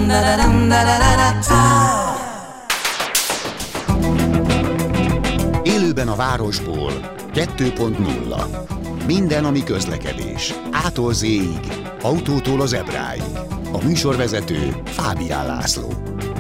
Élőben a városból 2.0. Minden, ami közlekedés. A-tól Z-ig, autótól az Ebráig. A műsorvezető Fábián László.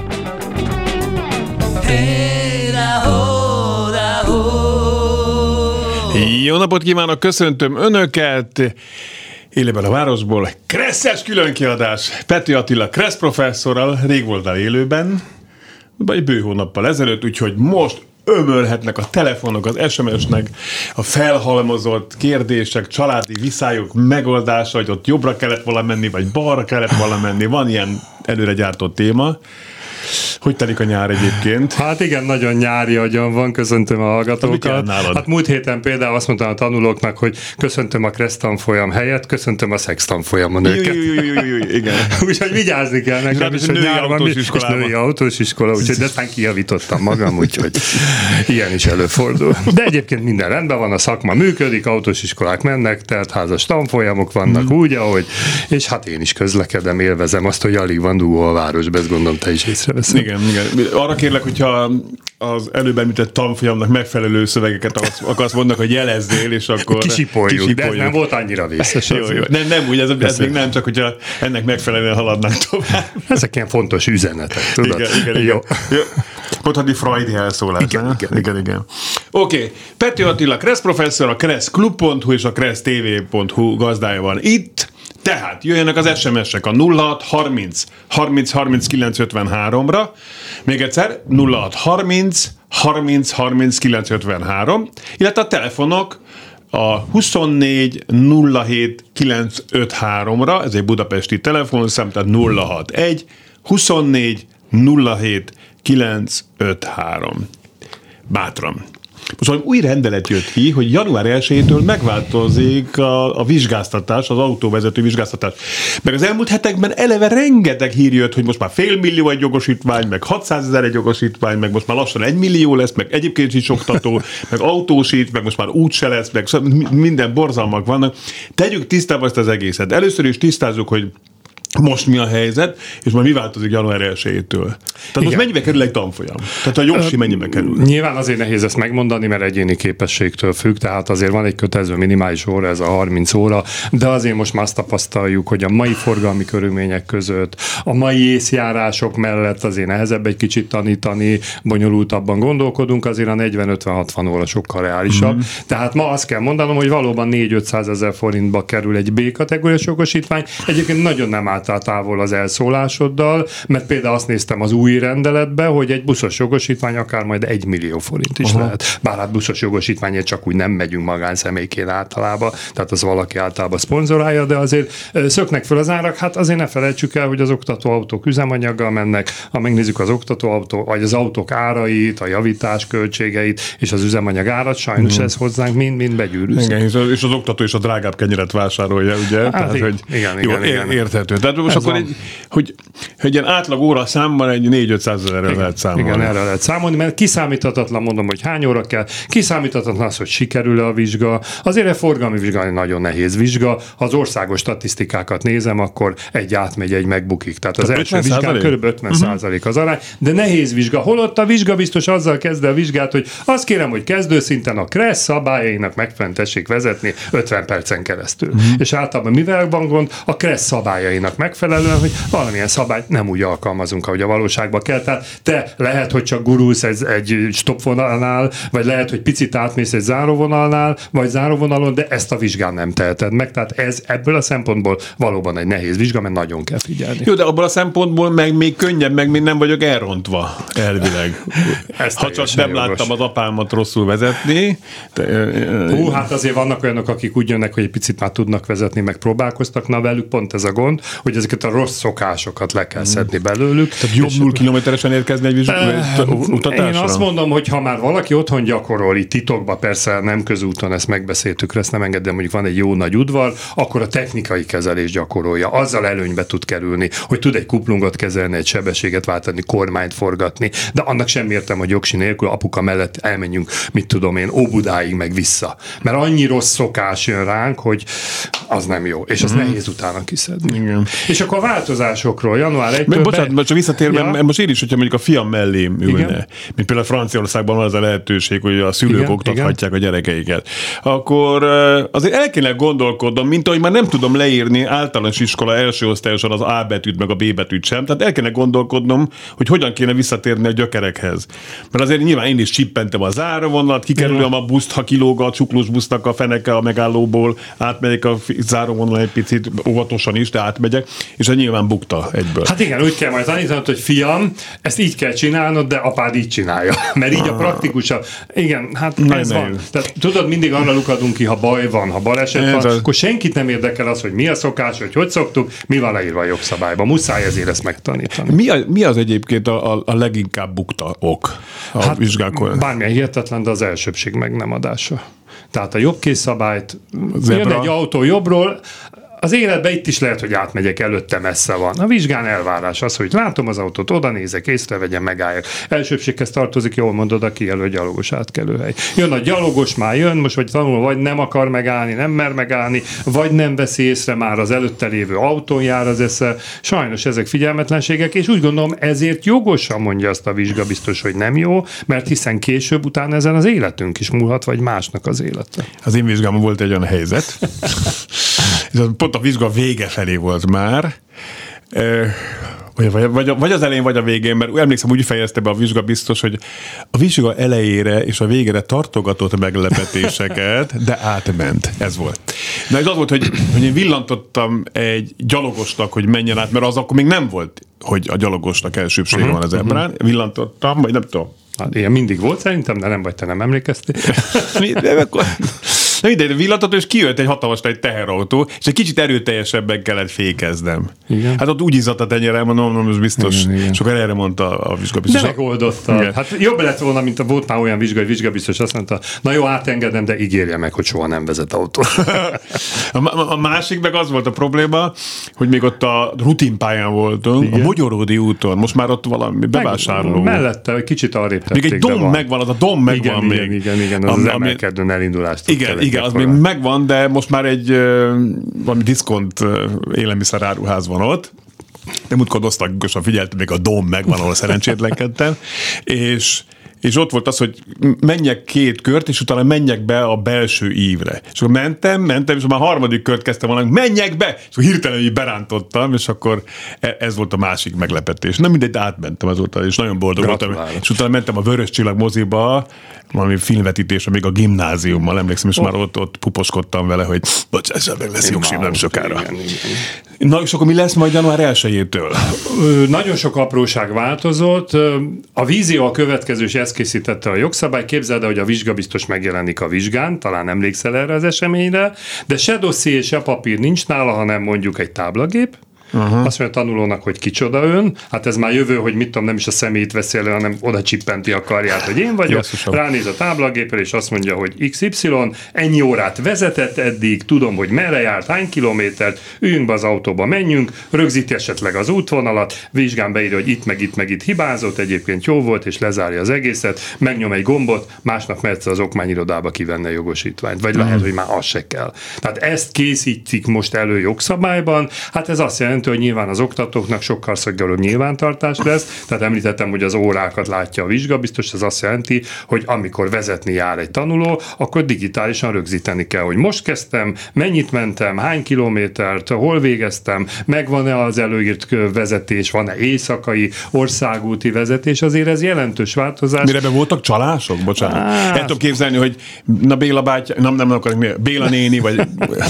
Jó napot kívánok, köszöntöm Önöket! Élőben a városból Kresszes különkiadás. Pető Attila Kressz professzorral, rég voltál élőben, vagy bő hónappal ezelőtt, úgyhogy most ömölhetnek a telefonok, az SMS-nek, a felhalmozott kérdések, családi viszályok megoldása, hogy ott jobbra kellett volna menni, vagy balra kellett volna menni. Van ilyen előre gyártott téma. Hogy telik a nyár egyébként? Hát igen, nagyon nyári agyon van, köszöntöm a hallgatókat. Hát múlt héten például azt mondtam a tanulóknak, hogy köszöntöm a Kressz tanfolyam helyett, köszöntöm a szex tanfolyamon őket. Igen. Úgyhogy vigyázni kell nekem is, hogy nyár van, és női autós iskola, úgyhogy de aztán kijavítottam magam, úgyhogy ilyen is előfordul. De egyébként minden rendben van, a szakma működik, autós iskolák mennek, teltházas tanfolyamok vannak úgy, ahogy, és hát én is közlekedem, élvezem azt, hogy alig van dugó a városba, ezt gondolom te is észreveszed. Igen. Arra kérlek, hogyha az előbb említett tanfolyamnak megfelelő szövegeket akarsz mondani, hogy jelezzél, és akkor kisipoljuk. De ez nem volt annyira vészes. Jó. Nem úgy, ez még nem, csak hogyha ennek megfelelően haladnánk tovább. Ezek ilyen fontos üzenetek, tudod? Igen. Jó. Mondhatni freudi elszólás. Igen. Oké. Pető Attila Kressz professzor, a kresszklub.hu és a kressztv.hu gazdája van itt. Tehát jöjjenek az SMS-ek a 06 30 30 39 53-ra, még egyszer 06 30 30 30 953, illetve a telefonok a 24 07 953-ra, ez egy budapesti telefonszám, tehát 061 24 07 953. Bátran. Most valami új rendelet jött ki, hogy január 1-től megváltozik a vizsgáztatás, az autóvezető vizsgáztatás. Meg az elmúlt hetekben eleve rengeteg hír jött, hogy most már 500 000 egy jogosítvány, meg 600 000 egy jogosítvány, meg most már lassan 1 millió lesz, meg egyébként is oktató, meg autósít, meg most már úgyse lesz, meg minden borzalmak vannak. Tegyük tisztába ezt az egészet. Először is tisztázzuk, hogy most mi a helyzet, és majd mi változik január 1-től. Tehát most mennyibe kerül egy tanfolyam? Tehát a jogsi mennyibe kerül? Nyilván azért nehéz ezt megmondani, mert egyéni képességtől függ, tehát azért van egy kötelező minimális óra, ez a 30 óra, de azért most már azt tapasztaljuk, hogy a mai forgalmi körülmények között, a mai észjárások mellett azért nehezebb egy kicsit tanítani, bonyolultabban gondolkodunk, azért a 40-50-60 óra sokkal reálisabb. Tehát ma azt kell mondanom, hogy valóban 4-500 ezer forintba kerül egy B-kategóriás jogosítvány. Egyébként nagyon nem álltál távol az elszólásoddal, mert például azt néztem az új rendeletbe, hogy egy buszos jogosítvány akár majd 1 millió forint is lehet. Bár hát buszos jogosítványért csak úgy nem megyünk magánszemélyként általában, tehát az valaki általában szponzorálja, de azért szöknek fel az árak, hát azért ne felejtsük el, hogy az oktatóautók üzemanyaggal mennek, ha megnézzük az oktatóautó, vagy az autók árait, a javítás költségeit, és az üzemanyag árat, sajnos ez hozzánk mind begyűrűzik. Igen, és az oktató is a drágább kenyeret vásárolja, ugye? Hát tehát, igen. Érthető. Tehát most akkor hogy ilyen átlag óra számban egy 4-500 ezerre lehet számolni. Igen, erre lehet számolni, mert kiszámíthatatlan, mondom, hogy hány óra kell, kiszámíthatatlan az, hogy sikerül-e a vizsga. Azért a forgalmi vizsga egy nagyon nehéz vizsga. Ha az országos statisztikákat nézem, akkor egy átmegy, egy megbukik. Tehát az első vizsgán kb. 50% az arány, de nehéz vizsga. Holott a vizsga biztos azzal kezd a vizsgát, hogy azt kérem, hogy kezdőszinten a Kressz szabályainak megfelelően tessék vezetni 50 percen keresztül. És általában mivel van gond? A Kressz szabályainak megfelelően, hogy valamilyen szabályt nem úgy alkalmazunk, ahogy a valóságban kell. Tehát te lehet, hogy csak gurulsz egy stopvonalnál, vagy lehet, hogy picit átmész egy záróvonalnál, vagy záróvonalon, de ezt a vizsgán nem teheted meg. Tehát ez ebből a szempontból valóban egy nehéz vizsga, mert nagyon kell figyelni. Jó, de abból a szempontból meg még könnyebb, meg még nem vagyok elrontva elvileg. Ha csak nem láttam az apámat rosszul vezetni. Hát azért vannak olyanok, akik úgy jönnek, hogy egy picit már tudnak vezetni, meg próbálkoztak, na velük pont ez a gond, hogy ezeket a rossz szokásokat le kell szedni belőlük. Tehát jobb 0 kilométeresen érkezni egy utatásra? Én azt mondom, hogy ha már valaki otthon gyakorol, itt titokba, persze nem közúton, ezt megbeszéltük, ezt nem engedem, mondjuk van egy jó nagy udvar, akkor a technikai kezelés gyakorolja. Azzal előnybe tud kerülni, hogy tud egy kuplungot kezelni, egy sebességet váltani, kormányt forgatni, de annak sem értem, hogy jogsi nélkül apuka mellett elmenjünk, mit tudom én, Óbudáig meg vissza. Mert annyi rossz szokás jön ránk, hogy az nem jó, és az nehéz utána kiszedni. Igen. És akkor a változásokról, január 1-től... Bocsánat, csak visszatérve, most én is, hogyha mondjuk a fiam mellé ülne, mint például Franciaországban van az a lehetőség, hogy a szülők oktathatják a gyerekeiket, akkor azért el kéne gondolkodnom, mint ahogy már nem tudom leírni általános iskola első osztályosan az A betűt, meg a B betűt sem, tehát el kéne gondolkodnom, hogy hogyan kéne visszatérni a gyökerekhez. Mert azért nyilván én is csippentem a záróvonalat, kikerülöm a buszt, ha kilóg a cuklós busznak a feneke a megállóból, átmegyek a záróvonalon egy picit, óvatosan is, de átmegyek, és nyilván bukta egyből. Hát igen, úgy kell majd tanítanod, hogy fiam, ezt így kell csinálnod, de apád így csinálja. Mert így a praktikusabb. Igen, hát ez van. Tehát tudod, mindig arra lukadunk ki, ha baj van, ha baleset van, akkor senkit nem érdekel az, hogy mi a szokás, hogy szoktuk, mi van leírva a jogszabályban. Muszáj ezért ezt megtanítani. Mi az egyébként a leginkább bukta ok a vizsgákon? Bármilyen hihetetlen, de az elsőbbség meg nem adása. Tehát a jobbkészszabályt, jön egy autó jobbról, az életben itt is lehet, hogy átmegyek, előtte messze van. A vizsgán elvárás az, hogy látom az autót, oda nézek, észrevegyem, megálljak. Elsőbbséghez tartozik, jól mondod, a kijelölt gyalogos átkelőhely. Jön a gyalogos, már jön, most vagy tanul, vagy nem akar megállni, nem mer megállni, vagy nem veszi észre, már az előtte lévő autón jár az esze. Sajnos ezek figyelmetlenségek, és úgy gondolom, ezért jogosan mondja azt a vizsgabiztos, hogy nem jó, mert hiszen később utána ezen az életünk is múlhat, vagy másnak az élete. Az én vizsgámon volt egy olyan helyzet, pont a vizsga vége felé volt már, vagy az elején, vagy a végén, mert emlékszem, úgy fejezte be a vizsga biztos, hogy a vizsga elejére és a végére tartogatott meglepetéseket, de átment. Ez volt. De ez az volt, hogy én villantottam egy gyalogosnak, hogy menjen át, mert az akkor még nem volt, hogy a gyalogosnak elsőbsége van az ebrán. Villantottam, vagy nem tudom. Hát ilyen mindig volt szerintem, de nem vagy, te nem emlékeztél. De villantott, és kijött egy hatalmas egy teherautó, és egy kicsit erőteljesebben kellett fékeznem. Igen. Hát ott úgy izzadt a tenyerem, mondom, most biztos. Igen. És akkor erre mondta a vizsgabiztos. De megoldotta. Igen. Hát jobb lett volna, mint volt már olyan vizsgabiztos, azt mondta, na jó, átengedem, de ígérje meg, hogy soha nem vezet autót. A másik meg az volt a probléma, hogy még ott a rutinpályán voltunk, igen. A Mogyoródi úton, most már ott valami bevásárló. Mellette, egy kicsit arrébb tették. Még egy dom megvan, az a dom megvan még. Igen, az emelkedőn elindulást. Igen, az még megvan, de most már egy valami diszkont élelmiszeráruház van ott. Nem úgy osztagosan figyeltem, még a dom megvan, ahol szerencsétlenkedtem. És ott volt az, hogy menjek 2 kört, és utána menjek be a belső ívre. És akkor mentem, és már 3. kört kezdtem volna, menjek be! És akkor hirtelen így berántottam, és akkor ez volt a másik meglepetés. Nem mindegy, átmentem azóta, és nagyon boldog voltam. És utána mentem a Vörös Csillag moziba, valami filmvetítésre, még a gimnáziummal, emlékszem, és már ott puposkodtam vele, hogy bocsássál meg, lesz jogsim nem sokára. Igen. Na, és akkor mi lesz majd január 1-től? Nagyon sok apróság változott. A vízió a következő, és ezt készítette a jogszabály. Képzeld el, hogy a vizsgabiztos megjelenik a vizsgán, talán emlékszel erre az eseményre, de se dosszié, se papír nincs nála, hanem mondjuk egy táblagép. Uh-huh. Azt mondja a tanulónak, hogy kicsoda ön, hát ez már jövő, hogy mit tudom, nem is a személyt veszi elő, hanem oda csippenti a karját, hogy én vagyok, ránéz a táblagépre, és azt mondja, hogy XY, ennyi órát vezetett eddig, tudom, hogy merre járt, hány kilométert, üljünk be az autóba, menjünk, rögzíti esetleg az útvonalat, vizsgán beírja, hogy itt meg itt hibázott, egyébként jó volt, és lezárja az egészet, megnyom egy gombot, másnap mehetsz az okmányirodába kivenne jogosítványt, vagy lehet, hogy már az se kell. Tehát ezt készítik most elő jogszabályban, hát ez azt jelenti, hogy nyilván az oktatóknak sokkal szigorúbb nyilvántartás lesz, tehát említettem, hogy az órákat látja a vizsgabiztos, ez azt jelenti, hogy amikor vezetni jár egy tanuló, akkor digitálisan rögzíteni kell, hogy most kezdtem, mennyit mentem, hány kilométert, hol végeztem, megvan-e az előírt vezetés, van-e éjszakai, országúti vezetés, azért ez jelentős változás. Mire be voltak csalások? Bocsánat. El tudom képzelni, hogy na Béla bátyja, nem akarok, Béla néni, vagy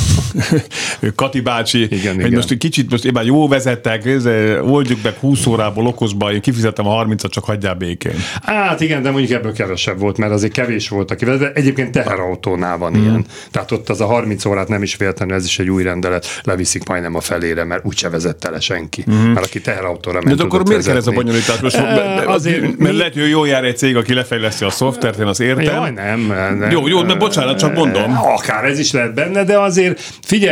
Kati bácsi, igen. Most egy kicsit, most már jó vezettek, oldjuk meg 20 órából okosba, én kifizettem a 30-at, csak hagyjál békén. Hát igen, de mondjuk ebből kevesebb volt, mert azért kevés volt, aki vezet. Egyébként teherautónál van ilyen. Tehát ott az a 30 órát nem is véletlenül, ez is egy új rendelet, leviszik majdnem a felére, mert úgyse vezette le senki. Mert aki teherautóra ment, de akkor miért kell ez a bonyolítás? Most, mert lehet, hogy jól jár egy cég, aki lefejleszti a szoftvert, én azt értem. Jaj, nem. Jó, mert bocsánat, csak mondom. Akár ez is lehet benne, de azért figyelj,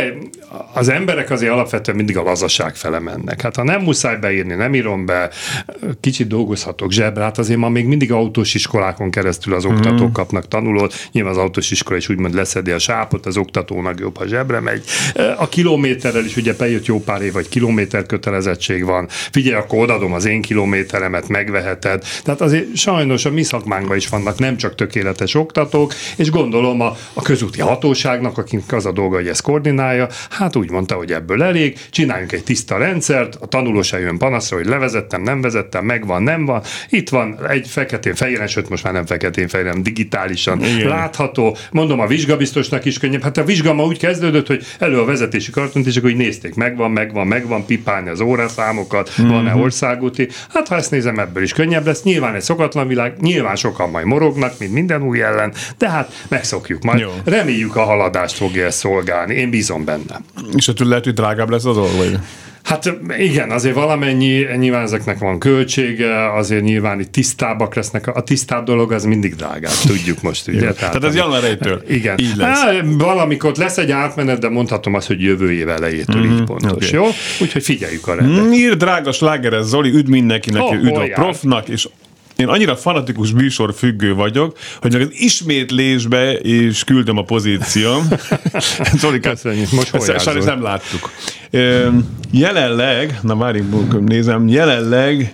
az emberek azért alapvetően mindig a lazaság fele mennek. Hát ha nem muszáj beírni, nem írom be, kicsit dolgozhatok zsebre, hát azért ma még mindig autós iskolákon keresztül az oktatók kapnak tanulót, nyilván az autós iskola is úgymond leszedi a sápot, az oktatónak jobb, ha zsebre megy. A kilométerrel is ugye bejött jó pár év, vagy kilométer kötelezettség van. Figyelj, akkor odadom az én kilométeremet, megveheted. Tehát azért sajnos a mi szakmánkban is vannak nem csak tökéletes oktatók, és gondolom a közúti hatóságnak, akinek az a dolga, hogy ezt koordinálja, hát úgy mondta, hogy ebből elég, csináljunk egy tiszta rendszert, a tanuló se jön panaszra, hogy levezettem, nem vezettem, megvan, nem van. Itt van egy feketén-fehéren, sőt most már nem feketén-fehéren, digitálisan látható. Mondom, a vizsgabiztosnak is könnyebb. Hát a vizsga ma úgy kezdődött, hogy elő a vezetési kartont, és akkor úgy nézték, megvan, pipálni az óraszámokat, van-e országúti. Hát ha ezt nézem, ebből is könnyebb lesz. Nyilván egy szokatlan világ, nyilván sokan majd morognak, mint minden új ellen, de hát megszokjuk majd. Jó. Reméljük, a haladást fogja ezt szolgálni. Én bízom benne. És ettől lehet, hogy drágább lesz az dolog? Hát igen, azért valamennyi, nyilván ezeknek van költsége, azért nyilván itt tisztábbak lesznek. A tisztább dolog az mindig drágább, tudjuk most. Ugye? Tehát ez január 1-től. Igen. Így lesz. Valamikor lesz egy átmenet, de mondhatom azt, hogy jövő év elejétől így pontos. Okay. Jó? Úgyhogy figyeljük a rendet. Ír drága Slágeres Zoli, üdv mindenkinek, üdv a profnak, és én annyira fanatikus műsor függő vagyok, hogy meg az ismétlésbe is küldöm a pozícióm. Zolikát, sajnos nem láttuk. Jelenleg, na várjunk, nézem, jelenleg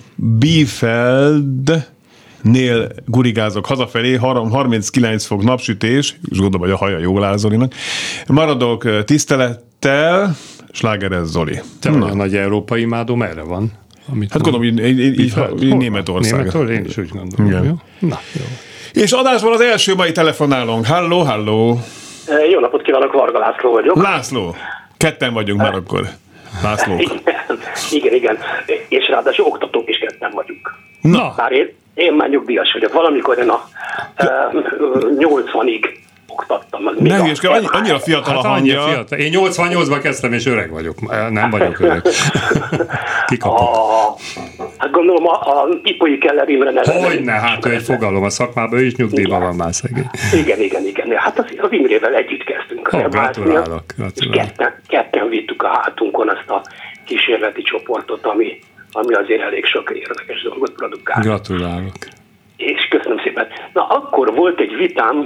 Bielefeld-nél gurigázok hazafelé, 39 fok napsütés, és gondolom, hogy a haja jól áll Zolinak. Maradok tisztelettel, Slágeres Zoli. Te vagy a nagy európai imádó, merre van? Hát gondolom, így Németország. Én is úgy gondolom. Jó? Na, jó. És adásban az első mai telefonálónk. Halló. Jó napot kívánok, Varga László vagyok. László. Ketten vagyunk már akkor. László. Igen. És ráadásul oktatók is ketten vagyunk. Na. Bár én már nyugdíjas vagyok. Valamikor én a 80-ig oktattam. Annyira fiatal a hangja. Fiatal. Én 88-ban kezdtem, és öreg vagyok. Nem vagyok öreg. Kikapok. Hát gondolom a Ipolyi Keller Imre neve. Hogyne, hát ő egy fogalom a szakmában, ő is nyugdíjban van már szegény. Igen. Hát az Imrével együtt kezdtünk. Gratulálok. Ketten vittük a hátunkon ezt a kísérleti csoportot, ami azért elég sok érdekes dolgot produkál. Gratulálok. És köszönöm szépen. Na, akkor volt egy vitám,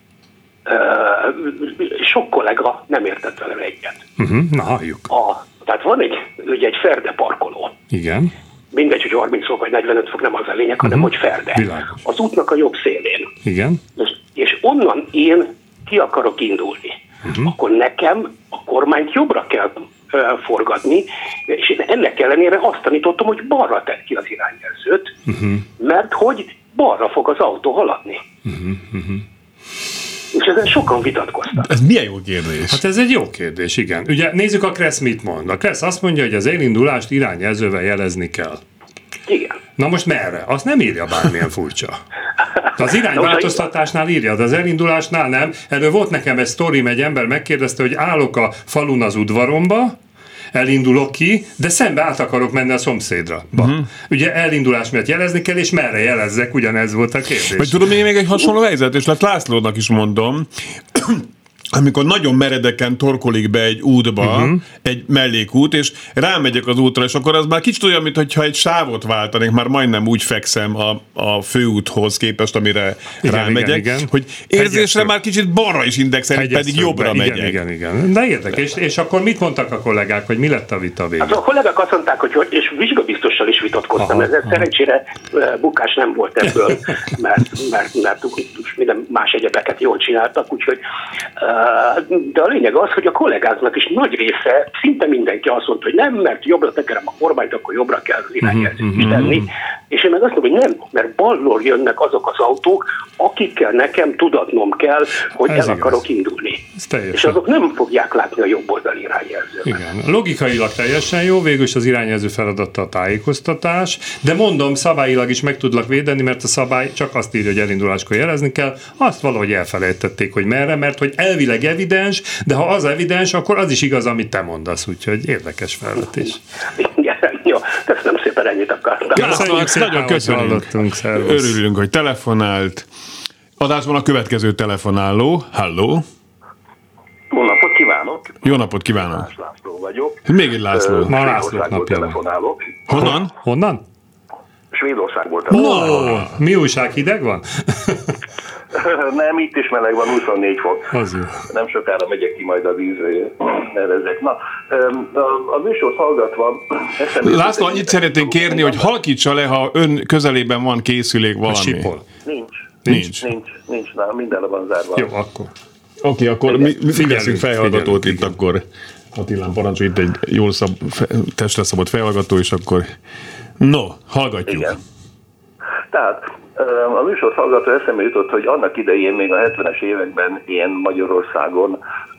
sok kollega nem értett velem egyet. Na, halljuk. Tehát van egy ferde parkoló. Igen. Mindegy, hogy 30 fok vagy 45 fok, nem az a lényeg, hanem hogy ferde. Világos. Az útnak a jobb szélén. Igen. És onnan én ki akarok indulni. Akkor nekem a kormányt jobbra kell forgatni, és én ennek ellenére azt tanítottam, hogy balra tedd ki az irányjelzőt, mert hogy balra fog az autó haladni. És ezen sokan vitatkoztak. Ez milyen jó kérdés? Hát ez egy jó kérdés, igen. Ugye nézzük, a Kressz mit mond. A Kressz azt mondja, hogy az elindulást irányjelzővel jelezni kell. Igen. Na most merre? Azt nem írja bármilyen furcsa. De az irányváltoztatásnál írja, de az elindulásnál nem. Erről volt nekem egy sztorim, egy ember megkérdezte, hogy állok a falun az udvaromba, elindulok ki, de szembe át akarok menni a szomszédra. Ugye elindulás miatt jelezni kell, és merre jelezzek, ugyanez volt a kérdés. Vagy tudom, én még egy hasonló helyzet, és Lászlónak is mondom, amikor nagyon meredeken torkolik be egy útba, egy mellékút, és rámegyek az útra, és akkor az már kicsit olyan, mintha egy sávot váltanék, már majdnem úgy fekszem a főúthoz képest, amire rámegyek, igen. Hogy érzésre már kicsit balra is indexelni, pedig jobbra megyek. Igen. De érdekes. És akkor mit mondtak a kollégák, hogy mi lett a vita végén? Hát a kollégák azt mondták, hogy és vizsgabiztossal is vitatkoztam, ez szerencsére bukás nem volt ebből, mert minden más egyebeket jól csináltak, úgyhogy de a lényeg az, hogy a kollégáknak is nagy része, szinte mindenki azt mondta, hogy nem, mert jobbra tekerem a kormányt, akkor jobbra kell az irányjelzőt is tenni. És én meg azt mondom, hogy nem, mert balról jönnek azok az autók, akikkel nekem tudatnom kell, hogy ez el akarok indulni. És azok nem fogják látni a jobb oldali irányjelzőt. Igen. Logikailag teljesen jó, végülis az irányjelző feladata a tájékoztatás, de mondom, szabályilag is meg tudlak védeni, mert a szabály csak azt írja, hogy elinduláskor jelezni kell, azt valahogy elfelejtették, hogy merre, mert hogy elvileg evidens, de ha az evidens, akkor az is igaz, amit te mondasz, úgyhogy érdekes felvetés. Igen, jó, köszönöm szépen, ennyit akartam. Nagyon köszönjük. Örülünk, hogy telefonált. Adásban a következő telefonáló. Halló. Jó napot kívánok! kívánok! Jó napot kívánok! László vagyok. Még egy László. Ma Lászlók napja telefonálok. Honnan? Svédországból telefonálok. Mi újság, hideg van? Nem, itt is meleg van, 24 fok. Az jó. Nem sokára megyek ki majd a vízre, nevezek. Na, a műsort hallgatva... László, annyit szeretnénk kérni, hogy halkítsa le, ha ön közelében van készülék valami. Sipol. Nincs, minden le van zárva. Jó, akkor. Oké, akkor mi veszünk fejhallgatót itt, akkor Attilán parancsolj, itt egy jól testre szabott fejhallgató, és akkor hallgatjuk. Igen. Tehát a műsort hallgató eszembe jutott, hogy annak idején, még a 70-es években én Magyarországon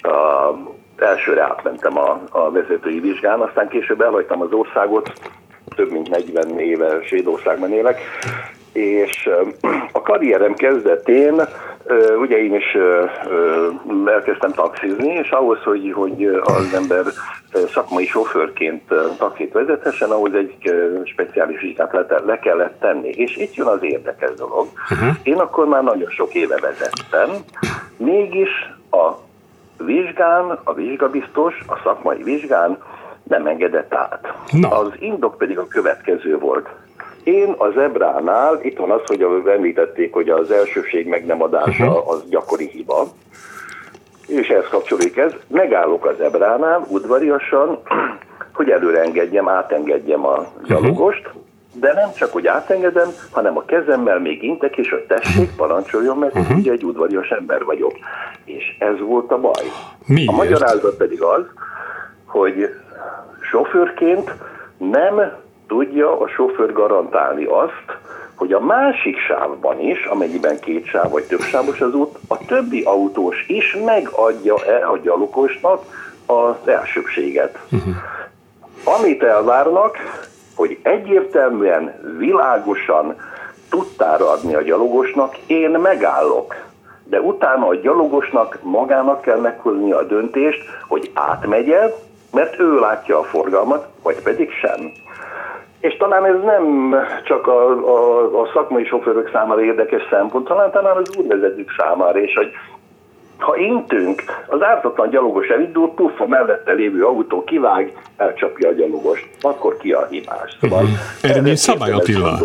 elsőre átmentem a vezetői vizsgán, aztán később elhagytam az országot, több mint 40 éve Svédországban élek, és a karrierem kezdetén ugye én is elkezdtem taxizni, és ahhoz, hogy az ember szakmai sofőrként taxit vezethessen, ahhoz egy speciális vizsgát le kellett tenni. És itt jön az érdekes dolog. Én akkor már nagyon sok éve vezettem, mégis a vizsgán, a vizsgabiztos, a szakmai vizsgán nem engedett át. Az indok pedig a következő volt. Én a Zebránál, itt van az, hogy említették, hogy az elsőség meg nem adása az gyakori hiba, és ehhez kapcsolódik ez. Megállok a Zebránál udvariasan, hogy előre átengedjem a gyalogost, de nem csak, hogy átengedem, hanem a kezemmel még intek, és hogy tessék, parancsoljon, mert ugye egy udvarias ember vagyok. És ez volt a baj. Miért? A magyarázat pedig az, hogy sofőrként nem tudja a sofőr garantálni azt, hogy a másik sávban is, amennyiben 2 sáv vagy több sávos az út, a többi autós is megadja-e a gyalogosnak az elsőbséget. Amit elvárnak, hogy egyértelműen, világosan tudtára adni a gyalogosnak, én megállok. De utána a gyalogosnak magának kell meghozni a döntést, hogy átmegye, mert ő látja a forgalmat, vagy pedig sem. És talán ez nem csak a szakmai sofőrök számára érdekes szempont, talán az útvezetők számára, és hogy ha intünk, az ártatlan gyalogos elindul, puff, a mellette lévő autó kivág, elcsapja a gyalogost. Akkor ki a hibás? Szóval erre nincs szabály, Attila.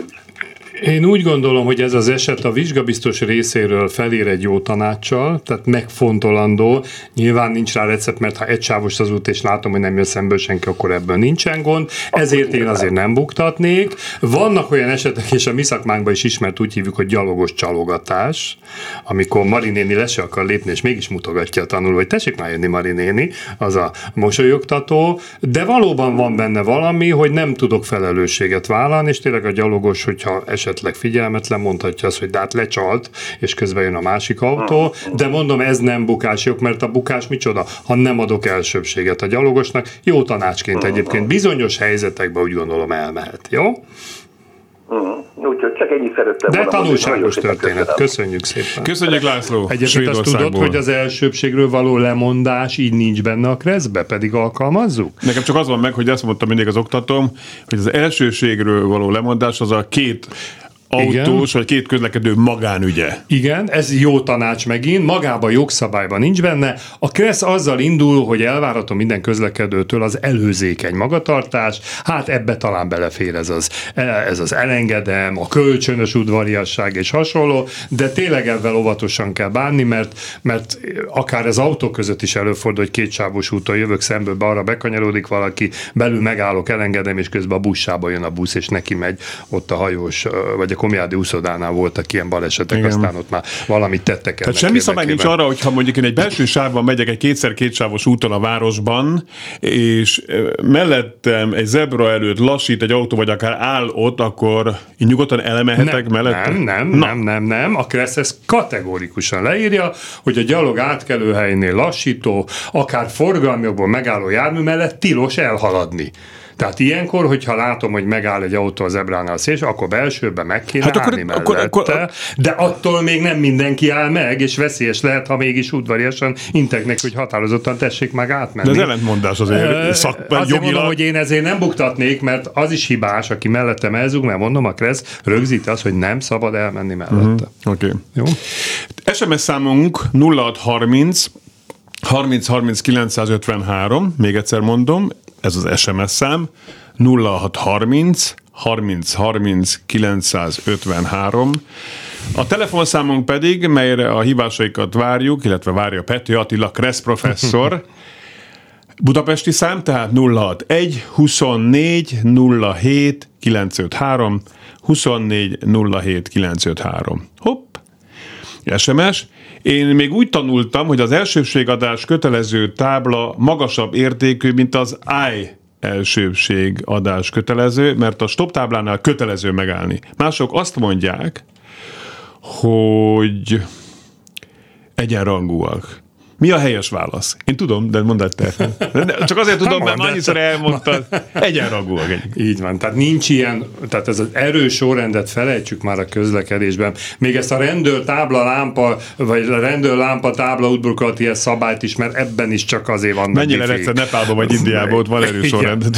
Én úgy gondolom, hogy ez az eset a vizsgabiztos részéről felér egy jó tanácssal, tehát megfontolandó. Nyilván nincs rá recept, mert ha egysávos az út, és látom, hogy nem jön szemből senki, akkor ebből nincsen gond. Ezért én azért nem buktatnék. Vannak olyan esetek, és a mi szakmánkban is ismert, úgy hívjuk, hogy gyalogos csalogatás, amikor Mari néni le se akar lépni, és mégis mutogatja a tanuló, hogy tessék már jönni, Mari néni, az a mosolyogtató, de valóban van benne valami, hogy nem tudok felelősséget vállalni, és tényleg a gyalogos, hogyha esetleg figyelmetlen, mondhatja azt, hogy de hát lecsalt, és közben jön a másik autó, de mondom, ez nem bukásjog, mert a bukás micsoda, ha nem adok elsőbséget a gyalogosnak, jó tanácsként egyébként bizonyos helyzetekben úgy gondolom elmehet, jó? Úgyhogy csak ennyit szerettem volna. De tanulságos történet. Köszönjük szépen. Köszönjük, László. Egyébként azt tudod, hogy az elsőbségről való lemondás így nincs benne a kreszbe, pedig alkalmazzuk? Nekem csak az van meg, hogy azt mondta mindig az oktatóm, hogy az elsőségről való lemondás az a 2 autós, vagy 2 közlekedő magánügye. Igen, ez jó tanács megint, magában jogszabályban nincs benne. A KRESZ azzal indul, hogy elvárható minden közlekedőtől az előzékeny magatartás, hát ebbe talán belefér ez az elengedem, a kölcsönös udvariasság és hasonló, de tényleg ebben óvatosan kell bánni, mert akár az autó között is előfordul, hogy 2 sávos úton jövök szemből, arra bekanyarodik valaki, belül megállok, elengedem, és közben a bussába jön a busz, és neki megy ott a hajós, vagy a Komjádi úszodánál voltak ilyen balesetek, igen. Aztán ott már valamit tettek el. Tehát semmi szabály nincs arra, hogyha mondjuk én egy belső sávban megyek egy 2x2 sávos úton a városban, és mellettem egy zebra előtt lassít egy autó, vagy akár áll ott, akkor én nyugodtan elmehetek mellettem? Nem. A KRESZ ezt kategórikusan leírja, hogy a gyalog átkelőhelynél lassító, akár forgalmiakból megálló jármű mellett tilos elhaladni. Tehát ilyenkor, hogyha látom, hogy megáll egy autó az zebránál szélső, akkor belsőben meg kéne állni mellette, de attól még nem mindenki áll meg, és veszélyes lehet, ha mégis udvariasan inteknek, hogy határozottan tessék meg átmenni. De az ellentmondás azért azért mondom, hogy én ezért nem buktatnék, mert az is hibás, aki mellettem elzúg, mert mondom, a KRESZ rögzíti azt, hogy nem szabad elmenni mellette. Oké. Jó. SMS számunk 0630 30 30 953, még egyszer mondom, ez az SMS szám, 0630 30 30 953. A telefonszámunk pedig, melyre a hívásaikat várjuk, illetve várja Pető Attila Kressz professzor, budapesti szám, tehát 061 24 07 953, 24 07 953. Hopp! SMS. Én még úgy tanultam, hogy az elsőbségadás kötelező tábla magasabb értékű, mint az I elsőbségadás kötelező, mert a stop táblánál kötelező megállni. Mások azt mondják, hogy egyenrangúak. Mi a helyes válasz? Én tudom, de mondd te. Csak azért tudom, mert annyiszor elmondtad. Egyenrangúak. Így van. Tehát nincs ilyen, tehát ez az erős sorrendet felejtsük már a közlekedésben. Még ezt a rendőrtábla lámpa, vagy a rendőrlámpa tábla útburkolati szabályt is, mert ebben is csak azért van. Mennyire egyszer Nepálban vagy Indiában, ott van erős sorrend.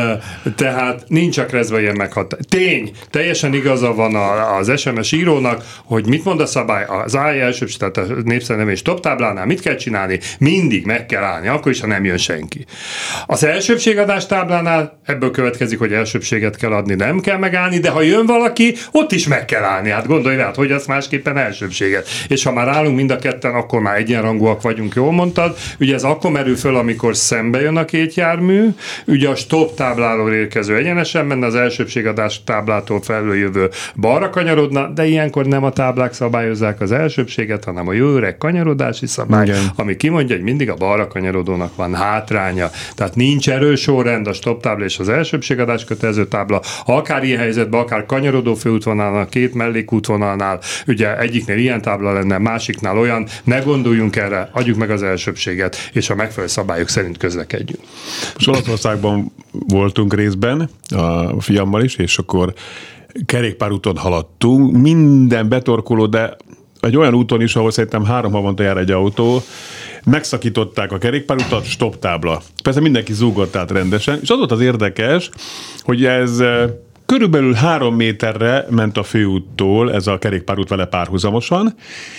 Tehát nincs a Kresszben ilyen meghatás. Tény, teljesen igaza van az SMS írónak, hogy mit mond a szabály, az AI elsőbség, tehát a népszerűen stop táblánál mit kell csinálni? Mindig meg kell állni, akkor is, ha nem jön senki. Az elsőbségadás táblánál ebből következik, hogy elsőbséget kell adni, nem kell megállni, de ha jön valaki, ott is meg kell állni. Hát gondolj rá, hogy az másképpen elsőbséget. És ha már állunk mind a ketten, akkor már egyenrangúak vagyunk, jól mondtad. Ugye ez akkor merül föl, amikor szembe jön a két jármű, ugye a stop tábláról érkező egyenesen menne, az elsőbségadás táblától felüljövő balra kanyarodna, de ilyenkor nem a táblák szabályozzák az elsőbséget, hanem a jó öreg kanyarodási szabály, ami kimondja, hogy mindig a balra kanyarodónak van hátránya. Tehát nincs erős sorrend, a stop tábla és az elsőbségadás kötelező tábla, akár ilyen helyzetben, akár kanyarodó főútvonalnál, két mellékútvonalnál, ugye egyiknél ilyen tábla lenne, másiknál olyan, ne gondoljunk erre, adjuk meg az elsőbséget, és a megfelelő szabályok szerint közlekedjünk. Olaszországban voltunk részben, a fiammal is, és akkor kerékpárúton haladtunk, minden betorkoló, de egy olyan úton is, ahol szerintem 3 havonta jár egy autó, megszakították a kerékpárutat, stop tábla. Persze mindenki zúgott át rendesen, és az volt az érdekes, hogy ez körülbelül 3 méterre ment a főúttól, ez a kerékpárút vele párhuzamosan,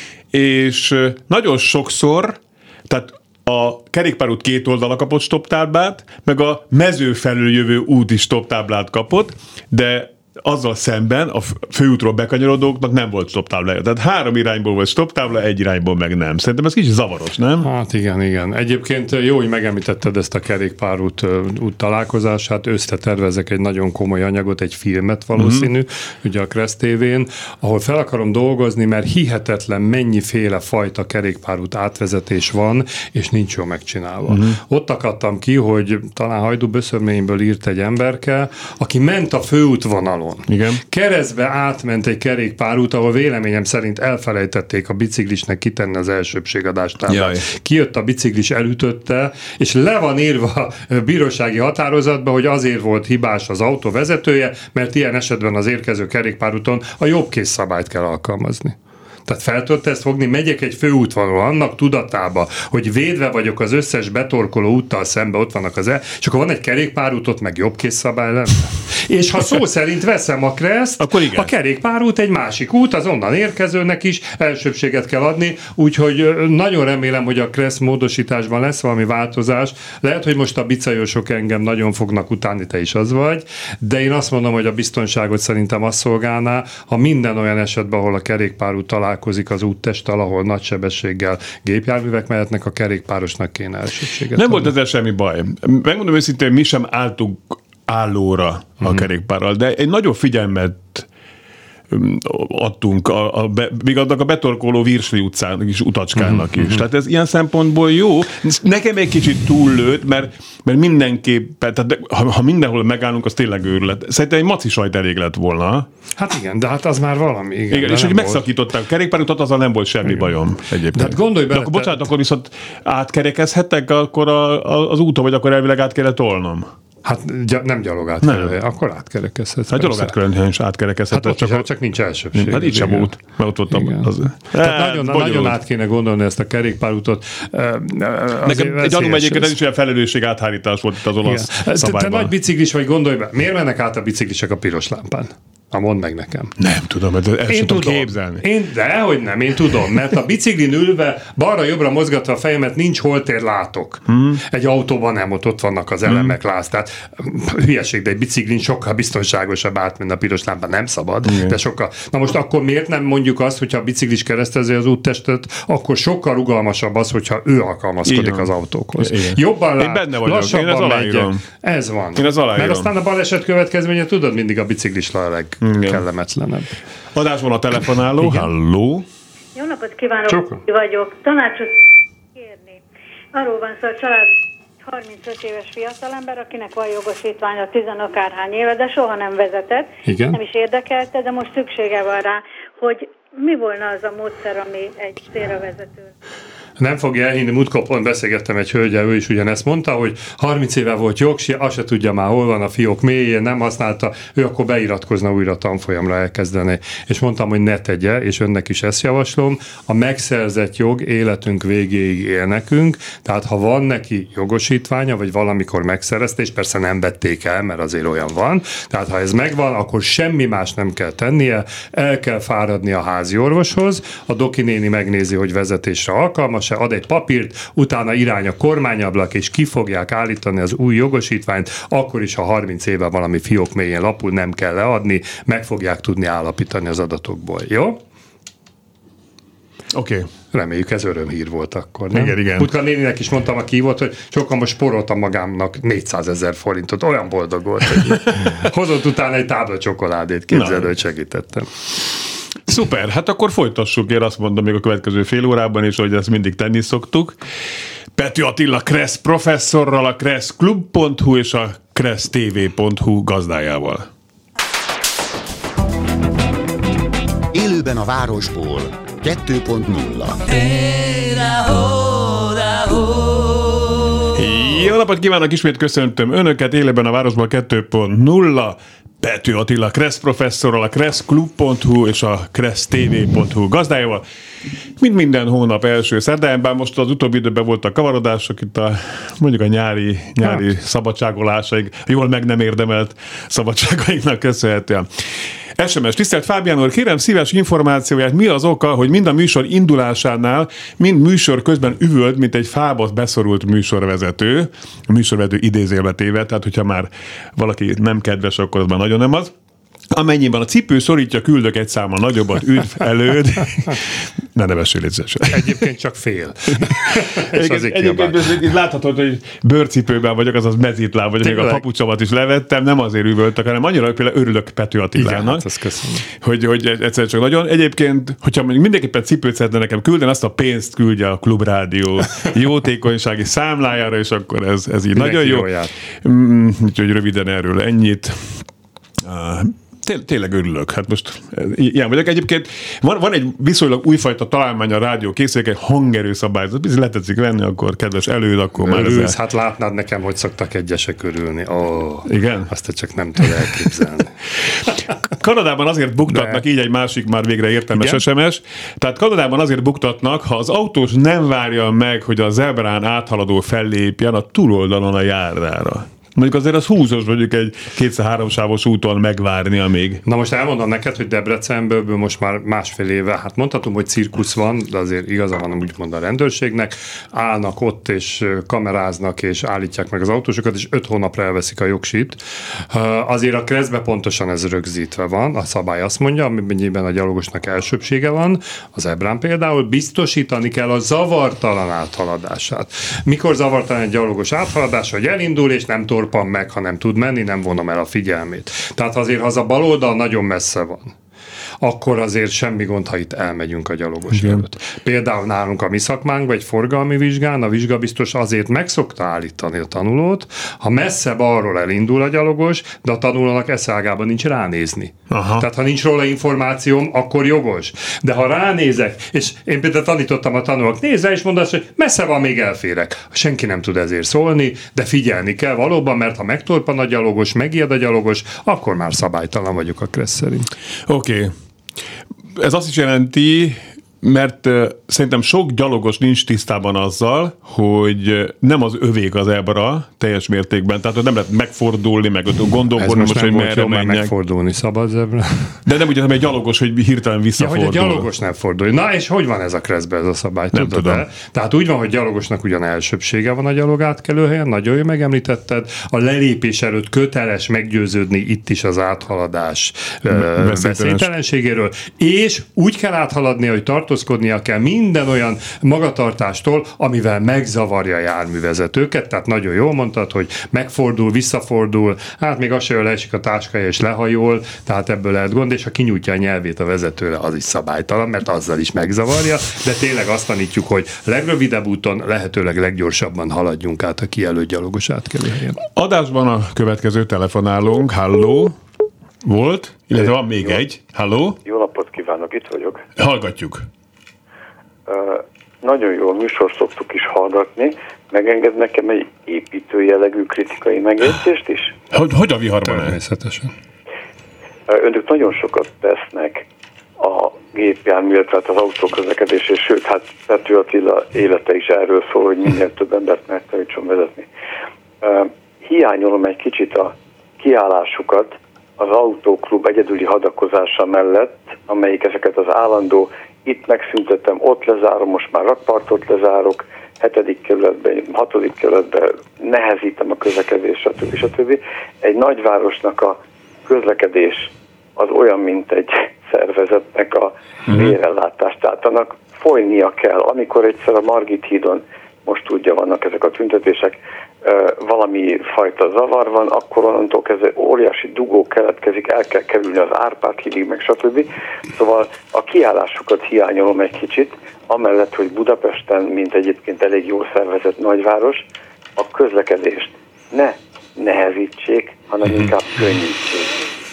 és nagyon sokszor, tehát a kerékpárút két oldala kapott stop táblát, meg a mező felül jövő út is stop táblát kapott, de azzal szemben a főútról bekanyarodóknak nem volt stoptábla. Tehát 3 irányból volt stoptábla, 1 irányból meg nem. Szerintem ez kicsit zavaros, nem? Hát igen. Egyébként jó, hogy megemlítetted ezt a kerékpárút út találkozását. Összetervezek egy nagyon komoly anyagot, egy filmet valószínű, ugye a Kressz TV-n, ahol fel akarom dolgozni, mert hihetetlen mennyiféle fajta kerékpárút átvezetés van, és nincs jól megcsinálva. Ott akadtam ki, hogy talán Hajdú-Böszörményből írt egy emberke, aki ment a főútvonalon. Igen. Keresztbe átment egy kerékpárút, ahol véleményem szerint elfelejtették a biciklisnek kitenni az elsőbségadást. Kijött a biciklis, elütötte, és le van írva a bírósági határozatba, hogy azért volt hibás az autó vezetője, mert ilyen esetben az érkező kerékpárúton a jobbkész szabályt kell alkalmazni. Tehát fel tudta ezt fogni, megyek egy főútvonalon annak tudatába, hogy védve vagyok az összes betorkoló úttal szembe, ott vannak és akkor van egy kerékpárút, ott meg jobbkész szabály lenne. És ha szó szerint veszem a Kreszt, a kerékpárút egy másik út, az onnan érkezőnek is elsőbséget kell adni, úgyhogy nagyon remélem, hogy a Kressz módosításban lesz valami változás. Lehet, hogy most a bicajosok engem nagyon fognak utálni, te is az vagy, de én azt mondom, hogy a biztonságot szerintem azt szolgálná, ha minden olyan esetben, ahol a kerékpárút találkozik az úttesttel, ahol nagy sebességgel gépjárművek mehetnek, a kerékpárosnak kéne elsőbséget Nem volt ezzel semmi baj. Megmondom őszintén, mi sem álltunk állóra a kerékpárral, de egy nagyobb figyelmet adtunk még annak a betorkoló Virsli utcának is, utacskának is. Tehát ez ilyen szempontból jó. Nekem egy kicsit túllőtt, mert mindenképpen, tehát ha mindenhol megállunk, az tényleg őrület. Szerintem egy maci sajt elég lett volna. Hát igen, de hát az már valami. Igen, és hogy megszakították a kerékpárutat, azzal nem volt semmi bajom egyébként. Hát gondolj bele. Akkor bocsánat, akkor viszont átkerekezhettek akkor az úton, vagy akkor elvileg át kellett tolnom? Hát nem gyalog átkelően, akkor átkerekezhet. Hát gyalog átkelően is átkerekezhet. Hát csak nincs elsőbség. Hát itt sem volt, mert ott voltam. Tehát nagyon át kéne gondolni ezt a kerékpárútot. Nekem egy gyanúm egyébként ez is olyan felelősség áthárítás volt itt az olasz szabályban. Te nagy biciklis vagy, gondolj be, miért mennek át a biciklisek a piros lámpán? Mondd meg nekem. Nem tudom, ezt sem tudom képzelni. Dehogy nem, én tudom, mert a biciklin ülve balra-jobbra mozgatva a fejemet nincs holtér látok. Egy autóban nem, ott vannak az elemek, látsz. Tehát hülyeség, de egy biciklin sokkal biztonságosabb átmenni a piros lámpán, nem szabad, de sokkal. Na most akkor miért nem mondjuk azt, hogyha a biciklis keresztezi az úttestet, akkor sokkal rugalmasabb az, hogyha ő alkalmazkodik az autókhoz. Igen. Jobban lát, lassabban megy. Ez van. Mert aztán a baleset következménye, tudod, mindig a biciklisla a legkellemetlenebb. Adásban a telefonáló. Halló. Jó napot kívánok, vagyok. Tanácsot kérni. Arról van szó, a család 35 éves fiatalember, akinek van jogosítványa 10 akárhány éve, de soha nem vezetett. Igen? Nem is érdekelte, de most szüksége van rá, hogy mi volna az a módszer, ami egy célra vezető. Nem fogja elhinni, múltkor pont beszélgettem egy hölgyel, ő is ugyanezt mondta, hogy 30 éve volt jogsi, azt se tudja már, hol van a fiók mélyén, nem használta, ő akkor beiratkozna újra tanfolyamra elkezdeni. És mondtam, hogy ne tegye, és önnek is ezt javaslom, a megszerzett jog életünk végéig él nekünk, tehát ha van neki jogosítványa, vagy valamikor megszerezte, és persze nem vették el, mert azért olyan van, tehát ha ez megvan, akkor semmi más nem kell tennie, el kell fáradni a házi orvoshoz, a doki néni megnézi, hogy vezetésre alkalmas, ad egy papírt, utána irány a kormányablak, és ki fogják állítani az új jogosítványt, akkor is, ha 30 éve valami fiók mélyén lapul, nem kell leadni, meg fogják tudni állapítani az adatokból. Jó? Oké. Reméljük, ez örömhír volt akkor, nem? Igen. Putka néninek is mondtam, aki volt, hogy sokan most sporoltam magámnak 400 000 forintot. Olyan boldog volt, hogy hozott utána egy tábla csokoládét, képzeld, hogy segítettem. Szuper, hát akkor folytassuk, én azt mondom még a következő fél órában is, hogy ezt mindig tenni szoktuk. Pető Attila Kressz professzorral, a kresszklub.hu és a kressztv.hu gazdájával. Élőben a városból 2.0. Jó napot kívánok, ismét köszöntöm Önöket, élőben a városból 2.0. Pető Attila Kressz professzorral, a kresszklub.hu és a kressztv.hu gazdájával. Mint minden hónap első szerdán, bár most az utóbbi időben voltak kavarodások, itt mondjuk a nyári szabadságolásaig, jól meg nem érdemelt szabadságainknak köszönhetően. SMS, tisztelt Fábián úr, kérem szíves információját, mi az oka, hogy mind a műsor indulásánál, mind műsor közben üvölt, mint egy fába beszorult műsorvezető, a műsorvezető idézélbe téve, tehát hogyha már valaki nem kedves, akkor az már nagyon nem az. Amennyiben a cipő szorítja, küldök egy számmal nagyobbat, üdv előd. Ne nevessél, létszesen. Egyébként csak fél. Egyébként láthatod, hogy bőrcipőben vagyok, azaz mezitláb vagyok, még a papucsomat is levettem, nem azért üvöltek, hanem annyira például örülök Pető Attilának. Igen, hát azt köszönöm. Hogy egyszer csak nagyon. Egyébként, hogyha mindenképpen cipőt szeretne nekem küldeni, azt a pénzt küldje a Klubrádió jótékonysági számlájára, és akkor ez így nagyon jó. Úgyhogy röviden erről ennyit. Tényleg örülök. Hát most ilyen vagyok. Egyébként van egy viszonylag újfajta találmány a rádió készülék, egy hangerőszabályzat. Bizony letetszik venni, akkor kedves előd, akkor már ezzel... Hát látnád nekem, hogy szoktak egyesek örülni. Igen? Azt te csak nem tudod elképzelni. Kanadában azért buktatnak, így egy másik már végre értelmes SMS. Tehát Kanadában azért buktatnak, ha az autós nem várja meg, hogy a zebrán áthaladó fellépjen a túloldalon a járdára. Mondjuk azért az húzós mondjuk egy 2-3 sávos úton megvárni, amíg. Na most elmondom neked, hogy Debrecenből most már másfél éve, hát mondhatom, hogy cirkusz van, de azért igaza van úgymond a rendőrségnek, állnak ott és kameráznak és állítják meg az autósokat, és 5 hónapra elveszik a jogsit. Azért a Kresszbe pontosan ez rögzítve van, a szabály azt mondja, amennyiben a gyalogosnak elsőbbsége van, az ebrán például, biztosítani kell a zavartalan áthaladását. Mikor zavartalan egy gyalogos áthaladása, hogy elindul és nem torpan meg, ha nem tud menni, nem vonom el a figyelmét. Tehát azért, ha az a bal oldal nagyon messze van, akkor azért semmi gond, ha itt elmegyünk a gyalogos előtt. Például nálunk a mi szakmánkban, egy forgalmi vizsgán, a vizsgabiztos azért meg szokta állítani a tanulót, ha messze balról elindul a gyalogos, de a tanulónak eszágában nincs ránézni. Aha. Tehát ha nincs róla információm, akkor jogos. De ha ránézek, és én például tanítottam a tanulók, nézz rá, és mondd azt, hogy messze van, még elférek. Senki nem tud ezért szólni, de figyelni kell valóban, mert ha megtorpan a gyalogos, megijed a gyalogos, akkor már szabálytalan vagyok a Kressz szerint. Oké. Ez azt is jelenti, mert szerintem sok gyalogos nincs tisztában azzal, hogy nem az övék az Ebra teljes mértékben, tehát nem lehet megfordulni, meg gondolkodni, most hogy merre menjek. Megfordulni szabad Zebra. De nem úgy, hanem egy gyalogos, hogy hirtelen visszafordul. Ja, hogy a gyalogos nem fordul. Na, és hogy van ez a Kreszbe ez a szabály? Nem tudom. Tehát úgy van, hogy gyalogosnak ugyan elsőbbsége van a gyalogátkelőhelyen, nagyon jól megemlítetted, a lelépés előtt köteles meggyőződni itt is az áthaladás veszélytelenségéről, és úgy kell áthaladni, hogy tartózkodnia kell minden olyan magatartástól, amivel megzavarja a járművezetőket, tehát nagyon jól mondtad, hogy megfordul, visszafordul, hát még az se leesik a táskája és lehajol, tehát ebből lehet gond, és ha kinyújtja a nyelvét a vezetőre, az is szabálytalan, mert azzal is megzavarja, de tényleg azt tanítjuk, hogy legrövidebb úton, lehetőleg leggyorsabban haladjunk át a kijelölt gyalogos átkelőhelyen. Adásban a következő telefonálónk, halló, volt, illetve van még egy, halló. Jó napot kívánok, itt vagyok. Hallgatjuk. Nagyon jó műsort szoktuk is hallgatni. Megenged nekem egy építő jellegű kritikai megjegyzést is? Hogy a viharban? Természetesen. Önök nagyon sokat tesznek a gépjármű, tehát az autóközlekedés, és sőt, hát Pető Attila élete is erről szól, hogy minél több embert megtanítson vezetni. Hiányolom egy kicsit a kiállásukat az autóklub egyedüli hadakozása mellett, amelyik ezeket az állandó, itt megszüntettem, ott lezárom, most már rakpartot lezárok, 7. kerületben, 6. kerületben nehezítem a közlekedést, stb. Egy nagyvárosnak a közlekedés az olyan, mint egy szervezetnek a vérellátást, tehát annak folynia kell. Amikor egyszer a Margit hídon, most tudja, vannak ezek a tüntetések, valami fajta zavar van, akkor onnantól kezdve óriási dugó keletkezik, el kell kerülni az Árpád hídig, meg stb. Szóval a kiállásukat hiányolom egy kicsit, amellett, hogy Budapesten, mint egyébként elég jól szervezett nagyváros, a közlekedést ne nehezítsék, hanem inkább könnyítsék.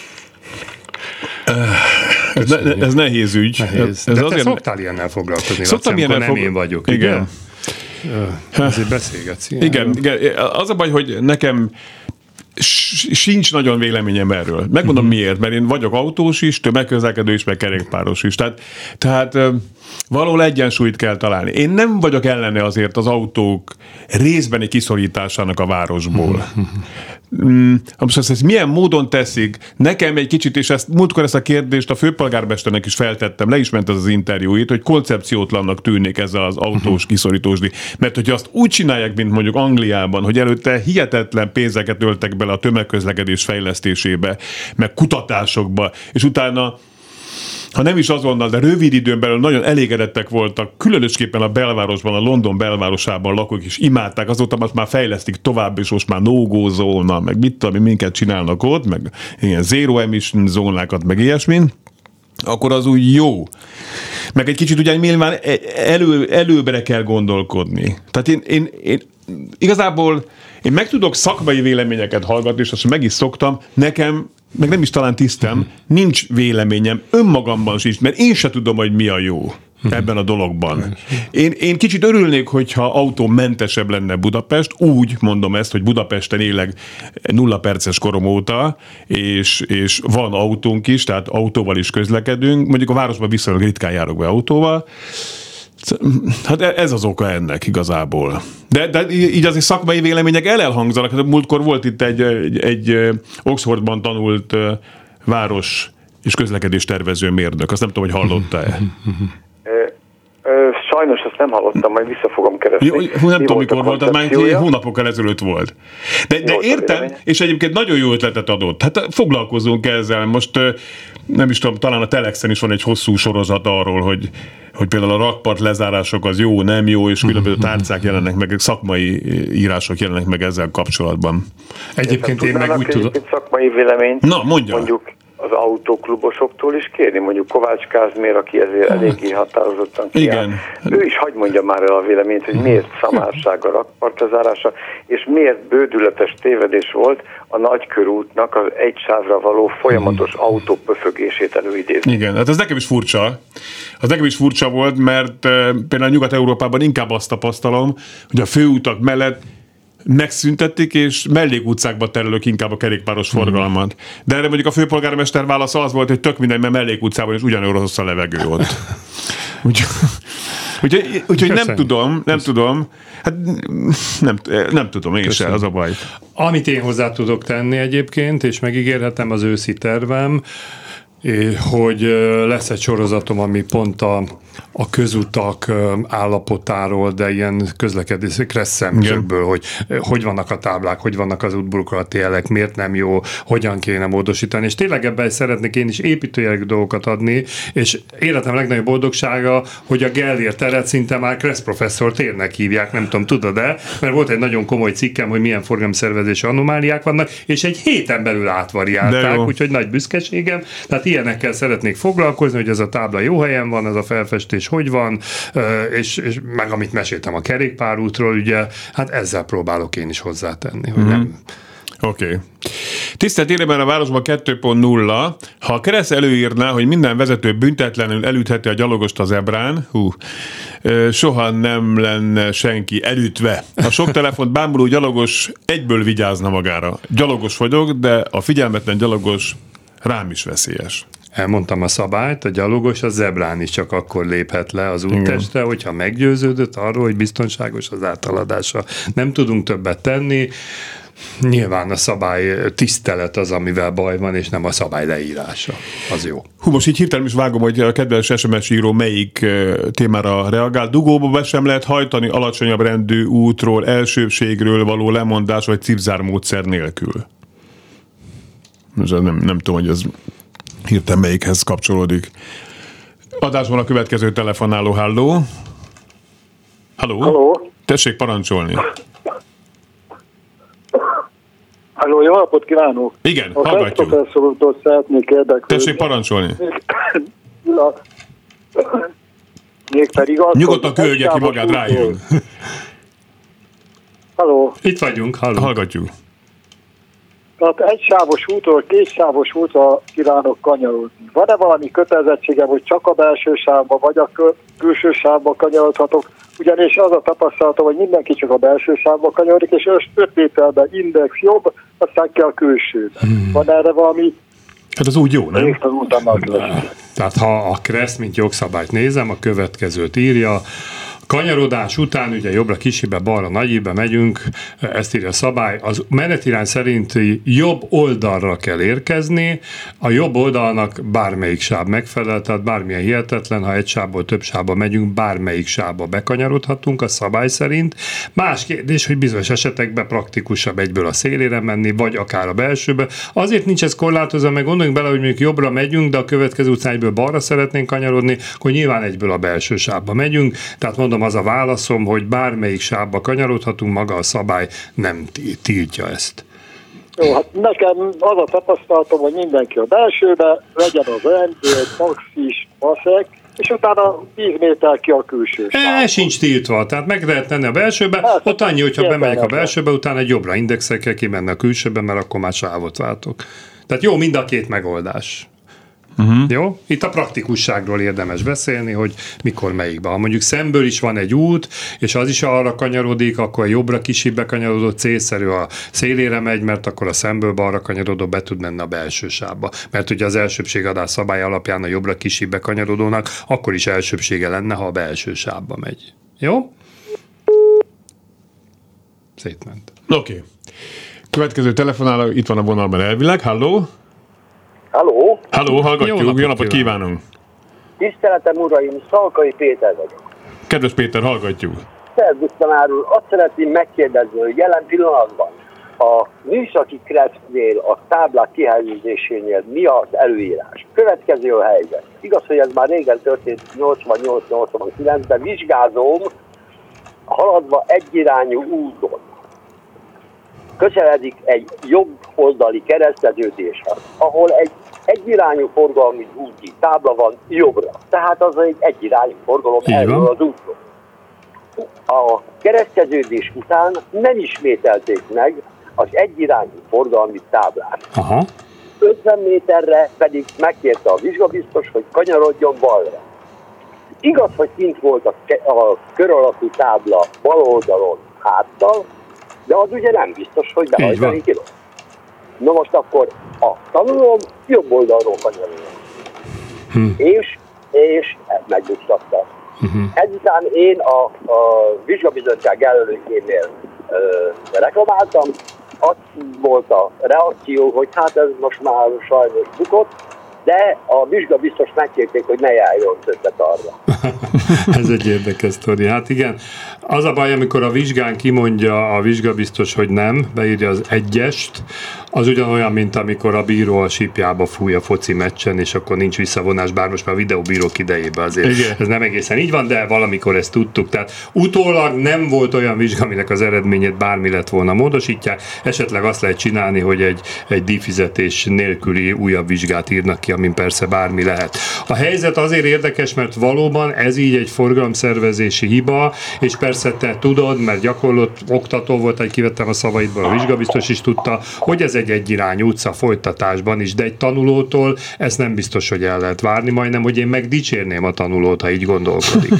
Ez nehéz ügy. Nehéz. De te szoktál ilyennel foglalkozni, Szoktam ilyennel nem én vagyok. Igen. Ezért beszélgetsz. Igen. Az a baj, hogy nekem sincs nagyon véleményem erről. Megmondom miért, mert én vagyok autós is, tömegközlekedő is, meg kerékpáros is. Tehát valahol egyensúlyt kell találni. Én nem vagyok ellene azért az autók részbeni kiszorításának a városból. Most ezt milyen módon teszik, nekem egy kicsit, és múltkor ezt a kérdést a főpolgármesternek is feltettem, le is ment ez az interjúit, hogy koncepciótlannak tűnik ez az autós kiszorítósdi. Mert hogyha azt úgy csinálják, mint mondjuk Angliában, hogy előtte hihetetlen pénzeket öltek bele a tömegközlekedés fejlesztésébe, meg kutatásokba, és utána ha nem is azonnal, de rövid időn belül nagyon elégedettek voltak, különösképpen a belvárosban, a London belvárosában lakók is imádták, azóta most már fejlesztik tovább, és most már no-go zóna, meg mit tudom, minket csinálnak ott, meg ilyen zero emission zónákat, meg ilyesmin, akkor az úgy jó. Meg egy kicsit ugye nyilván előbbre kell gondolkodni. Tehát én igazából én meg tudok szakmai véleményeket hallgatni, és azt meg is szoktam, nekem meg nem is talán tisztem, nincs véleményem, önmagamban sincs, mert én se tudom, hogy mi a jó ebben a dologban. Én kicsit örülnék, hogyha autómentesebb lenne Budapest, úgy mondom ezt, hogy Budapesten élek 0 perces korom óta, és van autónk is, tehát autóval is közlekedünk, mondjuk a városban viszonylag ritkán járok be autóval. Hát ez az oka ennek igazából. De így azért szakmai vélemények elhangzanak. Múltkor volt itt egy Oxfordban tanult város és közlekedés tervező mérnök. Azt nem tudom, hogy hallotta-e. Sajnos azt nem hallottam, majd vissza fogom keresni. Nem tudom, mikor volt, az már hónapokkal ezelőtt volt. De értem, és egyébként nagyon jó ötletet adott. Hát foglalkozunk ezzel. Most nem is tudom, talán a Telexen is van egy hosszú sorozat arról, hogy például a rakpart lezárások az jó, nem jó, és különböző tárcák jelennek meg, szakmai írások jelennek meg ezzel kapcsolatban. Egyébként én meg úgy tudom. Szakmai véleményt, na, mondja. Mondjuk az autóklubosoktól is kérni, mondjuk Kovács Kázmér, aki ezért eléggé határozottan kiáll. Igen. Ő is hagy mondja már el a véleményt, hogy miért szamárság a rakpartlezárása, és miért bődületes tévedés volt a Nagykörútnak az egy sávra való folyamatos autópöfögését előidézni. Igen, hát ez nekem is furcsa. Az nekem is furcsa volt, mert például Nyugat-Európában inkább azt tapasztalom, hogy a főutak mellett megszüntették, és mellékutcákba terelők inkább a kerékpáros forgalmat. De erre mondjuk a főpolgármester válasza az volt, hogy tök mindegy, mert mellékutcában is ugyanolyan rossz a levegő ott. Úgyhogy nem tudom. Hát nem tudom, én se, az a baj. Amit én hozzá tudok tenni egyébként, és megígérhetem, az őszi tervem, hogy lesz egy sorozatom, ami pont a közutak állapotáról, de ilyen közlekedési kressz szemszögből, hogy vannak a táblák, hogy vannak az útburkolati jelek, miért nem jó, hogyan kéne módosítani, és tényleg ebben szeretnék én is építőjellegű dolgokat adni, és életem legnagyobb boldogsága, hogy a Gellért teret szinte már Kressz professzor térnek hívják, nem tudom, tudod-e, mert volt egy nagyon komoly cikkem, hogy milyen forgalomszervezési anomáliák vannak, és egy héten belül átvariálták, úgyhogy nagy büszkeségem, tehát ilyenekkel szeretnék foglalkozni, hogy ez a tábla jó helyen van, ez a felfestés hogy van, és meg amit meséltem a kerékpárútról, ugye, hát ezzel próbálok én is hozzátenni, hogy nem... Oké. Tisztelt Élőben a városban 2.0. Ha a Kressz előírná, hogy minden vezető büntetlenül elütheti a gyalogost az ebrán, soha nem lenne senki elütve. A sok telefont bámuló gyalogos egyből vigyázna magára. Gyalogos vagyok, de a figyelmetlen gyalogos rám is veszélyes. Elmondtam a szabályt, a gyalogos a zebrán is csak akkor léphet le az úttestre, hogyha meggyőződött arról, hogy biztonságos az átaladása. Nem tudunk többet tenni. Nyilván a szabály tisztelet az, amivel baj van, és nem a szabály leírása. Az jó. Most így hirtelen is vágom, hogy a kedves SMS író melyik témára reagál. Dugóba be sem lehet hajtani alacsonyabb rendű útról, elsőbségről való lemondás vagy cipzármódszer nélkül. Nem tudom, hogy ez hirtelen melyikhez kapcsolódik. Adásban a következő telefonáló. Halló? Halló? Tessék parancsolni. Halló, jó napot kívánok! Igen, hallgatjuk. A professzorútól szeretnék érdeklődni. Tessék parancsolni. Mégpedig az, nyugodtan köhögje ki magát, rájön. Halló? Itt vagyunk, hallgatjuk. Tehát egysávos útról kétsávos útra kívánok kanyarodni. Van-e valami kötelezettségem, hogy csak a belső sávba vagy a külső sávba kanyarodhatok? Ugyanis az a tapasztalatom, hogy mindenki csak a belső sávba kanyarodik, és 5 méterben index jobb, aztán kell a külsőbe. Van erre valami? Hát az úgy jó, nem? Tehát ha a Kressz, mint jogszabályt nézem, a következőt írja, kanyarodás után, ugye jobbra Kisibe, balra Nagyibe megyünk, ezt írja a szabály, az menetirány szerinti jobb oldalra kell érkezni, a jobb oldalnak bármelyik sáv megfelel, tehát bármilyen hihetetlen, ha egy sávból több sávba megyünk, bármelyik sávba bekanyarodhatunk a szabály szerint. Más kérdés, hogy bizonyos esetekben praktikusabb egyből a szélére menni, vagy akár a belsőbe. Azért nincs ez korlátozva, meg gondoljunk bele, hogy mondjuk jobbra megyünk, de a következő utcán egyből balra szeretnénk kanyarodni, akkor nyilván egyből a belső sávba megyünk, tehát mondom, az a válaszom, hogy bármelyik sávba kanyarodhatunk, maga a szabály nem tiltja ezt. Jó, hát nekem az a tapasztalatom, hogy mindenki a belsőbe, legyen az rendőr, taxis, maszek, és utána 10 méter ki a külső sávba. Sincs tiltva, tehát meg lehet tenni a belsőbe, hát, ott annyi, hogyha bemegyek a belsőbe, utána egy jobbra indexel kell kimenni a külsőbe, mert akkor már sávot váltok. Tehát jó, mind a két megoldás. Jó? Itt a praktikusságról érdemes beszélni, hogy mikor melyikbe. Ha mondjuk szemből is van egy út, és az is arra kanyarodik, akkor a jobbra Kisibe kanyarodó célszerű a szélére megy, mert akkor a szemből balra kanyarodó be tud menni a belső sávba. Mert ugye az elsőbségadás szabály alapján a jobbra Kisibe kanyarodónak akkor is elsőbsége lenne, ha a belső sávba megy. Jó? Szétment. Oké. Következő telefonáló itt van a vonalban elvileg. Halló? Halló? Halló, hallgatjuk. Jó napot kívánunk. Tiszteletem uraim, Szalkai Péter vagyok. Kedves Péter, hallgatjuk. Szervusz tanár úr, azt szeretném megkérdezni, hogy jelen pillanatban a műszaki Kressznél, a táblák kihelyezésénél mi az előírás? Következő a helyzet. Igaz, hogy ez már régen történt, 88-89-ben vizsgázom, haladva egyirányú úton. Közeledik egy jobb oldali kereszteződéshez, ahol egy egyirányú forgalmi úti tábla van jobbra. Tehát az egy egyirányú forgalom erről az útról. A kereszteződés után nem ismételték meg az egyirányú forgalmi táblát. 50 méterre pedig megkérte a vizsgabiztos, hogy kanyarodjon balra. Igaz, hogy kint volt a kör alakú tábla bal oldalon háttal, de az ugye nem biztos, hogy behajtani kiló. Na most akkor a tanulom jobb oldalról kanyarodjon. És és megbuktattak. Ezután én a vizsgabizottság jelölőjénél reklamáltam, az volt a reakció, hogy hát ez most már sajnos bukott, de a vizsgabiztos megkérték, hogy ne járjon többet arra. Ez egy érdekes sztori. Hát igen, az a baj, amikor a vizsgán kimondja a vizsgabiztos, hogy nem, beírja az 1-est, az ugyanolyan, mint amikor a bíró a sípjába fúj a foci meccsen, és akkor nincs visszavonás, bár most már a videóbírók idejében azért. Igen. Ez nem egészen így van, de valamikor ezt tudtuk. Tehát utólag nem volt olyan vizsga, aminek az eredményét bármi lett volna, módosítják. Esetleg azt lehet csinálni, hogy egy díjfizetés nélküli újabb vizsgát írnak ki, amin persze bármi lehet. A helyzet azért érdekes, mert valóban ez így egy forgalomszervezési hiba, és persze te tudod, mert gyakorlott oktató volt, egy kivettem a szavaidból, a vizsgabiztos is tudta, hogy ez egy egyirányú utca folytatásban is, de egy tanulótól ezt nem biztos, hogy el lehet várni, majdnem, hogy én megdicsérném a tanulót, ha így gondolkodik.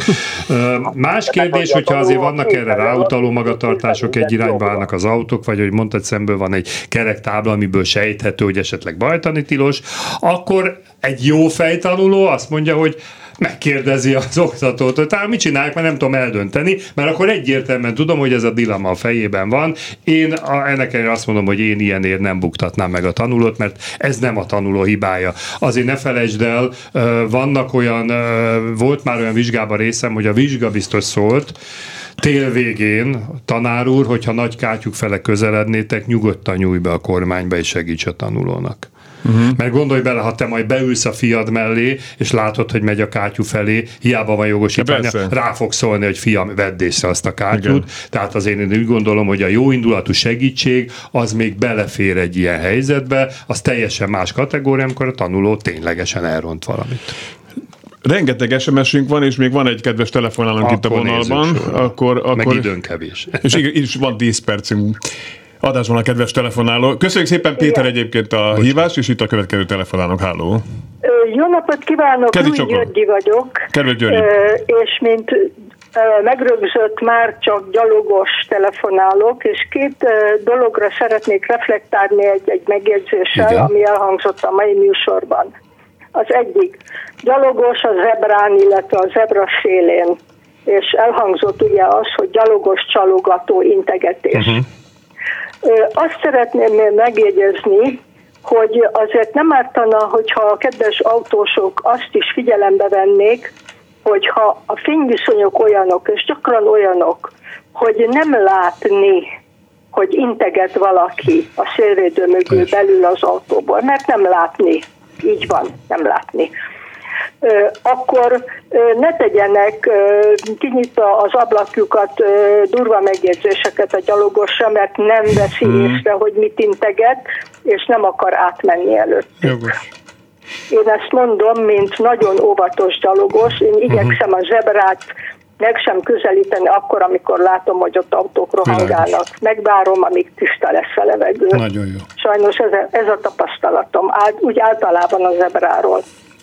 Más kérdés, hogyha azért vannak erre ráutaló magatartások, egy irányba állnak az autók, vagy hogy mondtad, szemből van egy kerek tábla, amiből sejthető, hogy esetleg bajtani tilos, akkor egy jó fejtanuló azt mondja, hogy megkérdezi az oktatót, hogy talán mit csinálják, mert nem tudom eldönteni, mert akkor egyértelműen tudom, hogy ez a dilemma a fejében van. Én ennek azt mondom, hogy én ilyenért nem buktatnám meg a tanulót, mert ez nem a tanuló hibája. Azért ne felejtsd el, vannak olyan, volt már olyan vizsgában részem, hogy a vizsgabiztos szólt, tél végén, tanár úr, hogyha nagy kátyuk fele közelednétek, nyugodtan nyújj be a kormányba és segíts a tanulónak. Mert gondolj bele, ha te majd beülsz a fiad mellé, és látod, hogy megy a kátyú felé, hiába van jogosítványa, rá fog szólni, hogy fiam, vedd észre azt a kátyút. Igen. Tehát azért én úgy gondolom, hogy a jóindulatú segítség az még belefér egy ilyen helyzetbe, az teljesen más kategória, amikor a tanuló ténylegesen elront valamit. Rengeteg SMS-ünk van, és még van egy kedves telefonálónk itt a vonalban. Akkor meg időn kevés. És így van 10 percünk. Adásban a kedves telefonáló. Köszönjük szépen, Péter, egyébként a hívást, és itt a következő telefonálónk. Háló! Jó napot kívánok, Lúj Györgyi vagyok. Kedves Györgyi! És mint megrögzött, már csak gyalogos telefonálok, és 2 dologra szeretnék reflektálni egy megjegyzéssel, igen, ami elhangzott a mai műsorban. Az egyik, gyalogos a zebrán, illetve a zebra szélén, és elhangzott ugye az, hogy gyalogos csalogató integetés. Azt szeretném megjegyezni, hogy azért nem ártana, hogyha a kedves autósok azt is figyelembe vennék, hogyha a fényviszonyok olyanok, és gyakran olyanok, hogy nem látni, hogy integet valaki a szélvédő mögül belül az autóból, mert nem látni. Így van, nem látni. Akkor ne tegyenek kinyitva az ablakjukat durva megjegyzéseket a gyalogosra, mert nem veszi észre, hogy mit integet, és nem akar átmenni előtt. Én ezt mondom, mint nagyon óvatos gyalogos, én igyekszem a zebrát meg sem közelíteni akkor, amikor látom, hogy ott autók rohangálnak. Megvárom, amíg tiszta lesz a levegő. Nagyon jó. Sajnos ez a tapasztalatom, úgy általában a zebráról.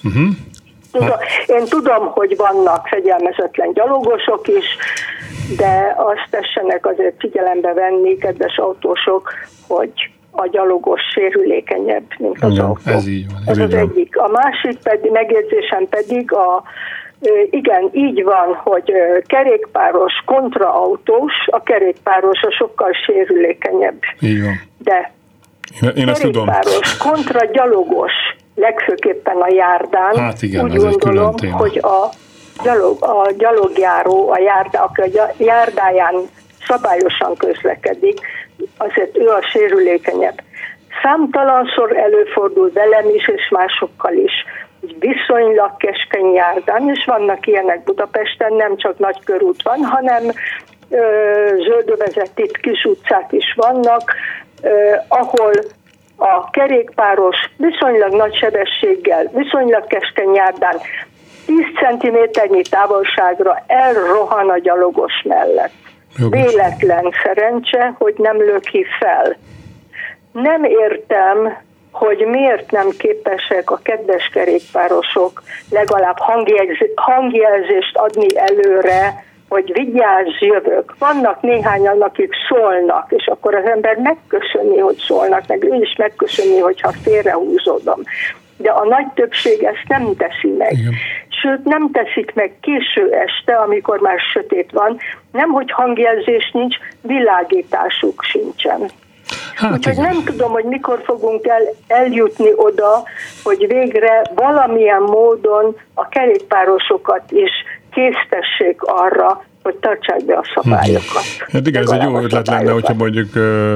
Én tudom, hogy vannak fegyelmezetlen gyalogosok is, de azt tessenek azért figyelembe venni, kedves autósok, hogy a gyalogos sérülékenyebb, mint az autó. Ez így van. Ez az egyik. A másik megjegyzésem pedig igen, így van, hogy kerékpáros kontra autós, a kerékpáros a sokkal sérülékenyebb. Így van. De én ezt tudom. Kerékpáros kontra gyalogos, legfőképpen a járdán, hát igen, úgy gondolom, hogy a gyalogjáró, aki a járdáján szabályosan közlekedik, azért ő a sérülékenyebb. Számtalanszor előfordul velem is, és másokkal is, viszonylag keskeny járdán, és vannak ilyenek Budapesten, nem csak Nagykörút van, hanem zöldövezett kis utcák is vannak, ahol a kerékpáros viszonylag nagy sebességgel, viszonylag keskeny járdán 10 cm távolságra elrohan a gyalogos mellett. Véletlen szerencse, hogy nem löki fel. Nem értem, hogy miért nem képesek a kedves kerékpárosok legalább hangjelzést adni előre, hogy vigyázz, jövök. Vannak néhányan, akik szólnak, és akkor az ember megköszöni, hogy szólnak, meg ő is megköszöni, hogyha félrehúzódom. De a nagy többség ezt nem teszi meg. Igen. És sőt nem teszik meg késő este, amikor már sötét van, nemhogy hangjelzés nincs, világításuk sincsen. Úgyhogy nem tudom, hogy mikor fogunk eljutni oda, hogy végre valamilyen módon a kerékpárosokat is késztessék arra, hogy tartsák be a szabályokat. Hát igen, ez egy jó ötlet lenne, hogyha mondjuk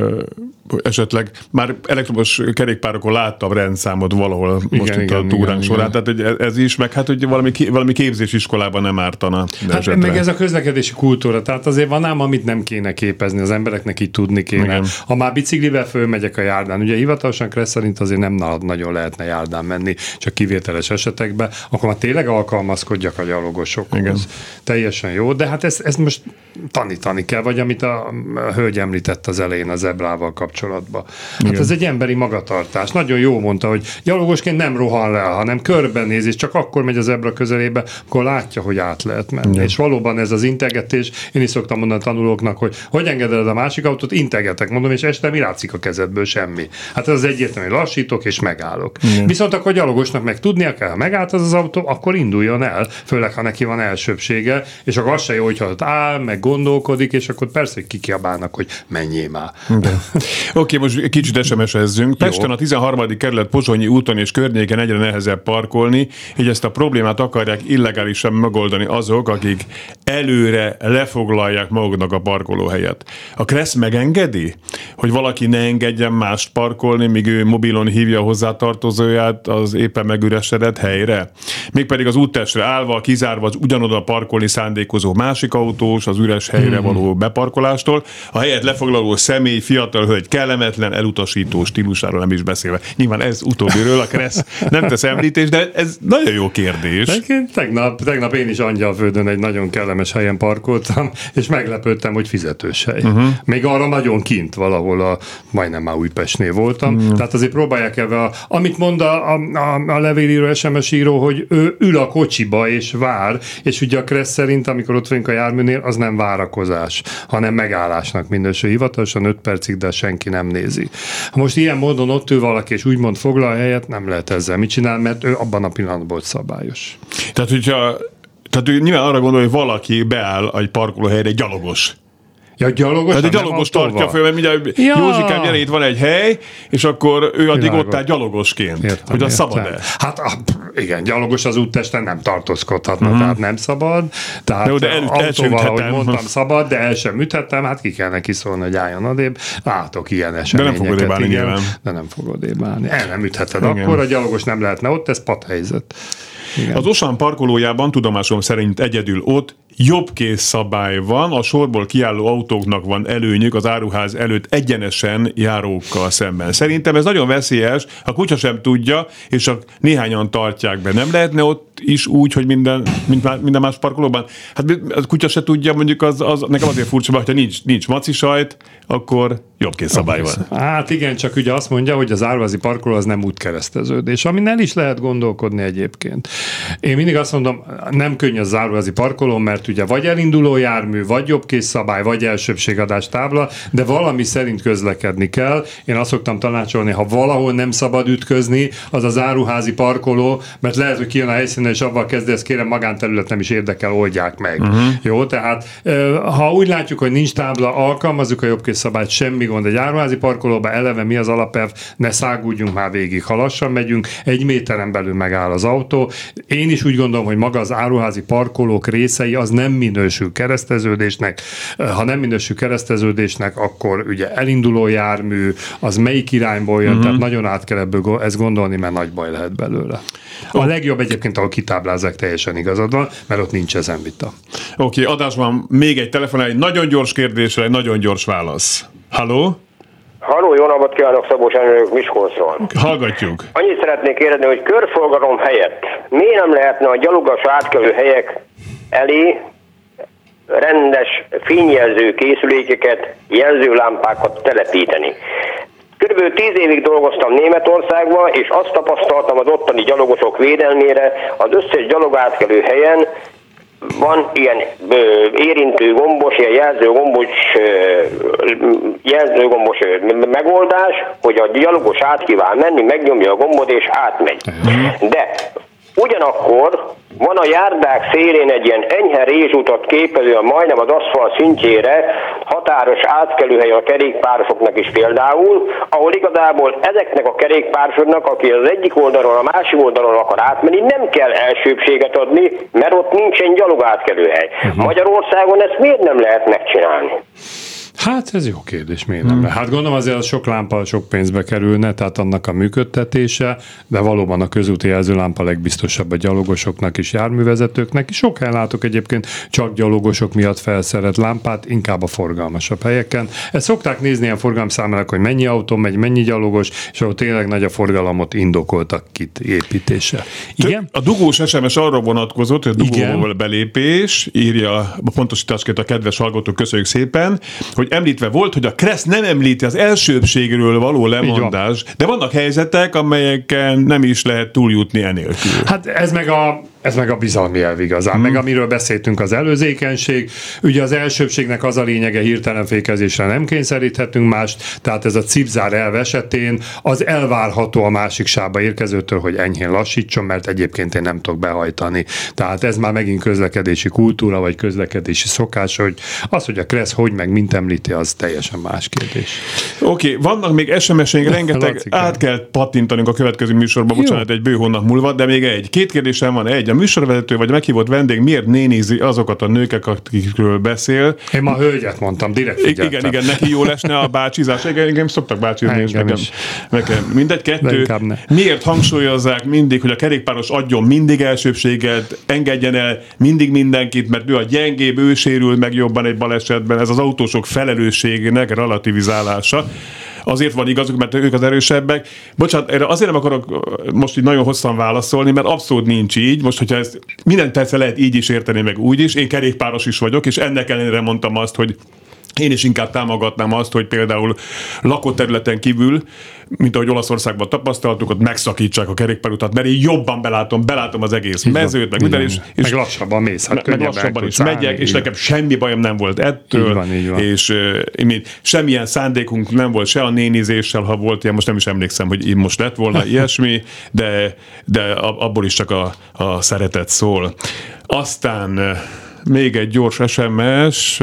esetleg már elektromos kerékpárokon láttam rendszámot valahol most itt a túránk során, tehát hogy ez is, meg hát hogy valami képzésiskolában nem ártana. Hát meg ez a közlekedési kultúra, tehát azért van ám, amit nem kéne képezni, az embereknek így tudni kéne. Igen. Ha már biciklivel fölmegyek a járdán, ugye hivatalosan Kressz szerint azért nem nagyon lehetne járdán menni, csak kivételes esetekben, akkor már tényleg alkalmazkodjak a gyalogosokhoz. Igen. Teljesen jó, de hát ezt most tanítani kell, vagy amit a hölgy említett az elején a zebrával kapcsolatban. Hát ez egy emberi magatartás. Nagyon jó mondta, hogy gyalogosként nem rohan le, hanem körbenéz, és csak akkor megy a zebra közelébe, akkor látja, hogy át lehet menni. És valóban ez az integetés, én is szoktam mondani a tanulóknak, hogy engeded a másik autót, integetek, mondom, és este mi látszik a kezedből? Semmi. Hát ez az egyértelmű, hogy lassítok és megállok. Viszont akkor a gyalogosnak meg tudnia kell, ha megállt az autó, akkor induljon el, főleg ha neki van elsőbsége, és akkor az se jó, hogyha áll, meg gondolkodik, és akkor persze, hogy kikiabálnak, hogy menjél már. Oké, most kicsit SMS-ezzünk. Pesten a 13. kerület Pozsonyi úton és környéken egyre nehezebb parkolni, így ezt a problémát akarják illegálisan megoldani azok, akik előre lefoglalják maguknak a parkolóhelyet. A Kressz megengedi, hogy valaki ne engedjen mást parkolni, míg ő mobilon hívja a hozzátartozóját az éppen megüresedett helyre? Mégpedig az úttestre állva, kizárva az ugyanoda parkolni szándékozó másik autós az üres helyre való beparkolástól, a helyet lefoglaló személy, fiatal hölgy kellemetlen, elutasító stílusáról nem is beszélve. Nyilván ez utóbbiről a Kressz nem tesz említést, de ez nagyon jó kérdés. Tegnap én is Angyalföldön egy nagyon kellemes helyen parkoltam, és meglepődtem, hogy fizetős hely. Még arra nagyon kint valahol, majdnem már Újpestnél voltam. Tehát azért próbálják ebbe, amit mond a levélíró, SMS író, hogy ő ül a kocsiba és vár, és ugye a Kressz szerint, amikor ott vagyunk a járműnél, az nem várakozás, hanem megállásnak minősül. Hivatalosan 5 percig, de senki nem nézi. Ha most ilyen módon ott ül valaki, és úgymond foglal helyet, nem lehet ezzel mit csinál, mert ő abban a pillanatban volt szabályos. Tehát nyilván arra gondol, hogy valaki beáll egy parkolóhelyre, egy gyalogos. Ja, gyalogos? Hát egy gyalogos tartja föl, mert mindjárt Józsikám, gyere, itt van egy hely, és akkor ő addig ott áll gyalogosként. Hogy az szabad-e? Hát igen, gyalogos az úttesten nem tartózkodhatna, tehát nem szabad. Tehát de autóval, ahogy mondtam, szabad, de el sem üthettem, hát ki kell neki szólni, hogy álljon odébb. Látok ilyen eseményeket. De nem fogod ébálni nyilván. De nem fogod ébálni. El nem ütheted. Akkor a gyalogos nem lehetne ott, ez padhelyzet. Igen. Az Osan parkolójában tudomásom szerint egyedül ott jobbkész szabály van, a sorból kiálló autóknak van előnyük az áruház előtt egyenesen járókkal szemben. Szerintem ez nagyon veszélyes, a kutya sem tudja, és csak néhányan tartják be. Nem lehetne ott is úgy, hogy minden más parkolóban? Hát a kutya se tudja, mondjuk nekem azért furcsa, hogyha nincs macisajt, akkor jobbkész szabály van. Hát igen, csak ugye azt mondja, hogy az áruházi parkoló az nem útkereszteződés, amin el is lehet gondolkodni egyébként. Én mindig azt mondom, nem könnyű az áruházi parkoló, mert ugye vagy elinduló jármű, vagy jobbkész szabály, vagy elsőbségadás tábla, de valami szerint közlekedni kell. Én azt szoktam tanácsolni, ha valahol nem szabad ütközni, az az áruházi parkoló, mert lehet, hogy kijön a helyszínen, és avval kezd, ezt kérem, magánterület nem is érdekel, oldják meg. Jó, tehát ha úgy látjuk, hogy nincs tábla, alkalmazzuk a jobbkész szabályt, semmi gond. Egy áruházi parkolóba eleve mi az alapelv, ne szágúdjunk már végig, ha lassan megyünk, 1 méteren belül megáll az autó. Én is úgy gondolom, hogy maga az áruházi parkolók részei az nem minősül kereszteződésnek. Ha nem minősül kereszteződésnek, akkor ugye elinduló jármű, az melyik irányból jön, tehát nagyon át kell ebből ezt gondolni, mert nagy baj lehet belőle. A legjobb egyébként, ahol kitáblázzák, teljesen igazad van, mert ott nincs ezen vita. Oké, adásban még egy telefonál, egy nagyon gyors kérdésre, egy nagyon gyors válasz. Halló? Halló, jó napot kívánok, Szabós Ernők Miskolcról. Hallgatjuk. Annyit szeretnék kérdezni, hogy körforgalom helyett miért nem lehetne a gyalogos átkelő helyek elé rendes fényjelző készülékeket, jelzőlámpákat telepíteni? Körülbelül 10 évig dolgoztam Németországban, és azt tapasztaltam az ottani gyalogosok védelmére, az összes gyalogátkelő helyen van ilyen érintő gombos, ilyen jelzőgombos megoldás, hogy a gyalogos át kíván menni, megnyomja a gombot és átmegy. De ugyanakkor Van a járdák szélén egy ilyen enyhe rézsutat képező, majdnem az aszfalt szintjére határos átkelőhely a kerékpárosoknak is például, ahol igazából ezeknek a kerékpárosoknak, aki az egyik oldalon, a másik oldalon akar átmenni, nem kell elsőbséget adni, mert ott nincsen gyalogátkelőhely. Magyarországon ezt miért nem lehet megcsinálni? Hát ez jó kérdés, miért nem? Hát gondolom azért az sok lámpa sok pénzbe kerülne, tehát annak a működtetése, de valóban a közúti jelzőlámpa legbiztosabb a gyalogosoknak és járművezetőknek is. Sok helyen látok egyébként csak gyalogosok miatt felszerelt lámpát, inkább a forgalmasabb helyeken. Ezt szokták nézni ilyen forgalomszámlák, hogy mennyi autó megy, mennyi gyalogos, és ahol tényleg nagy a forgalomot indokoltak építése. Igen? A dugós SMS arra vonatkozott, hogy a dugóval belépés, írja a pontosításként a kedves hallgatók, köszönjük szépen, hogy említve volt, hogy a KRESZ nem említi az elsőbbségről való lemondás, de vannak helyzetek, amelyeken nem is lehet túljutni enélkül. Hát ez meg a bizalmi elv igazán, meg amiről beszéltünk, az előzékenység. Ugye az elsőbbségnek az a lényege, hirtelen fékezésre nem kényszeríthetünk mást, tehát ez a cipzár elv esetén az elvárható a másik sávba érkezőtől, hogy enyhén lassítson, mert egyébként én nem tudok behajtani. Tehát ez már megint közlekedési kultúra, vagy közlekedési szokás, hogy az, hogy a KRESZ hogy meg mint említi, az teljesen más kérdés. Oké, vannak még SMS-eink, rengeteg, át kell pattintanunk a következő műsorban, bocsánat, egy bő hónap múlva, de még két kérdésem van. A műsorvezető vagy meghívott vendég miért nénizi azokat a nőket, akikről beszél? Én ma hölgyet mondtam, direkt figyeltem. Igen, neki jó lesne a bácsizás. Igen, szoktak bácsizni, és nekem mindegy. Kettő, miért hangsúlyozzák mindig, hogy a kerékpáros adjon mindig elsőbséget, engedjen el mindig mindenkit, mert ő a gyengébb, ő sérül meg jobban egy balesetben, ez az autósok felelősségének relativizálása. Azért van igazuk, mert ők az erősebbek. Bocsánat, erre azért nem akarok most így nagyon hosszan válaszolni, mert abszolút nincs így. Most, hogyha ezt minden persze lehet így is érteni, meg úgy is. Én kerékpáros is vagyok, és ennek ellenére mondtam azt, hogy én is inkább támogatnám azt, hogy például lakott területen kívül, mint ahogy Olaszországban tapasztaltuk, ott megszakítsák a kerékpárutat, mert én jobban belátom az egész mezőt, meg minden is. És meg lassabban mész, hát meg lassabban is megyek, és nekem semmi bajom nem volt ettől, így van. És semmilyen szándékunk nem volt se a nénizéssel, ha volt ilyen, most nem is emlékszem, hogy így most lett volna ilyesmi, de abból is csak a szeretet szól. Aztán még egy gyors SMS,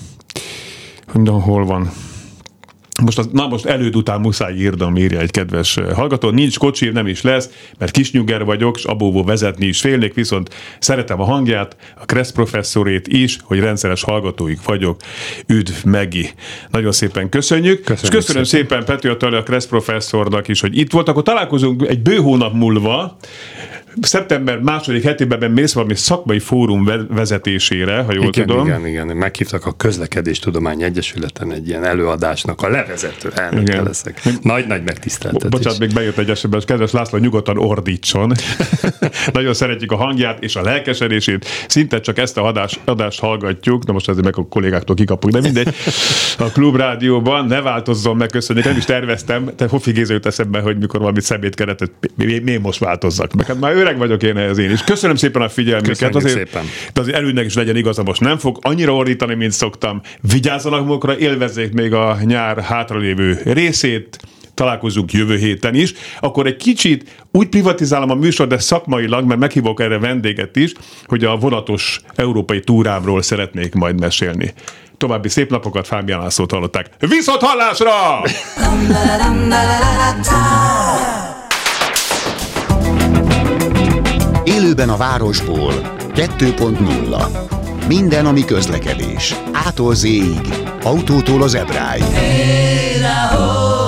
hol van? Most előd után muszáj írnom, írja egy kedves hallgató. Nincs kocsi, nem is lesz, mert kisnyugger vagyok, és abból vezetni is félnék, viszont szeretem a hangját, a KRESZ professzorét is, hogy rendszeres hallgatóik vagyok. Üdv, Megi. Nagyon szépen köszönjük. És köszönöm szépen Pető Attila, a KRESZ professzornak is, hogy itt volt. Akkor találkozunk egy bő hónap múlva, szeptember második hetében mész valami szakmai fórum vezetésére, ha jól tudom. Igen. Meghívtak a Közlekedéstudományi Egyesületen egy ilyen előadásnak a levezető elnöke leszek. Nagy megtiszteltetés. Bocsánat, még bejött egy esetben, kedves László, nyugodtan ordítson. Nagyon szeretjük a hangját és a lelkesedését. Szinte csak ezt a adást hallgatjuk, de most azért meg a kollégáktól kikapunk, de mindegy. A Klubrádióban ne változzon meg, köszönjük. Nem is terveztem, te Hofi Géza jut eszembe, hogy mikor valami szemétkeretet, még most változzak meg. Hát már öreg vagyok én is. Köszönöm szépen a figyelmüket. De azért előnynek is legyen igaza, most nem fog annyira ordítani, mint szoktam. Vigyázzanak magukra, élvezzék még a nyár hátralévő részét. Találkozunk jövő héten is. Akkor egy kicsit úgy privatizálom a műsor, de szakmailag, mert meghívok erre vendéget is, hogy a vonatos európai túrámról szeretnék majd mesélni. További szép napokat, Fábián Lászlót hallották. Viszont hallásra! Élőben a városból 2.0. Minden, ami közlekedés. A-tól Z-ig. Autótól az Ebráig.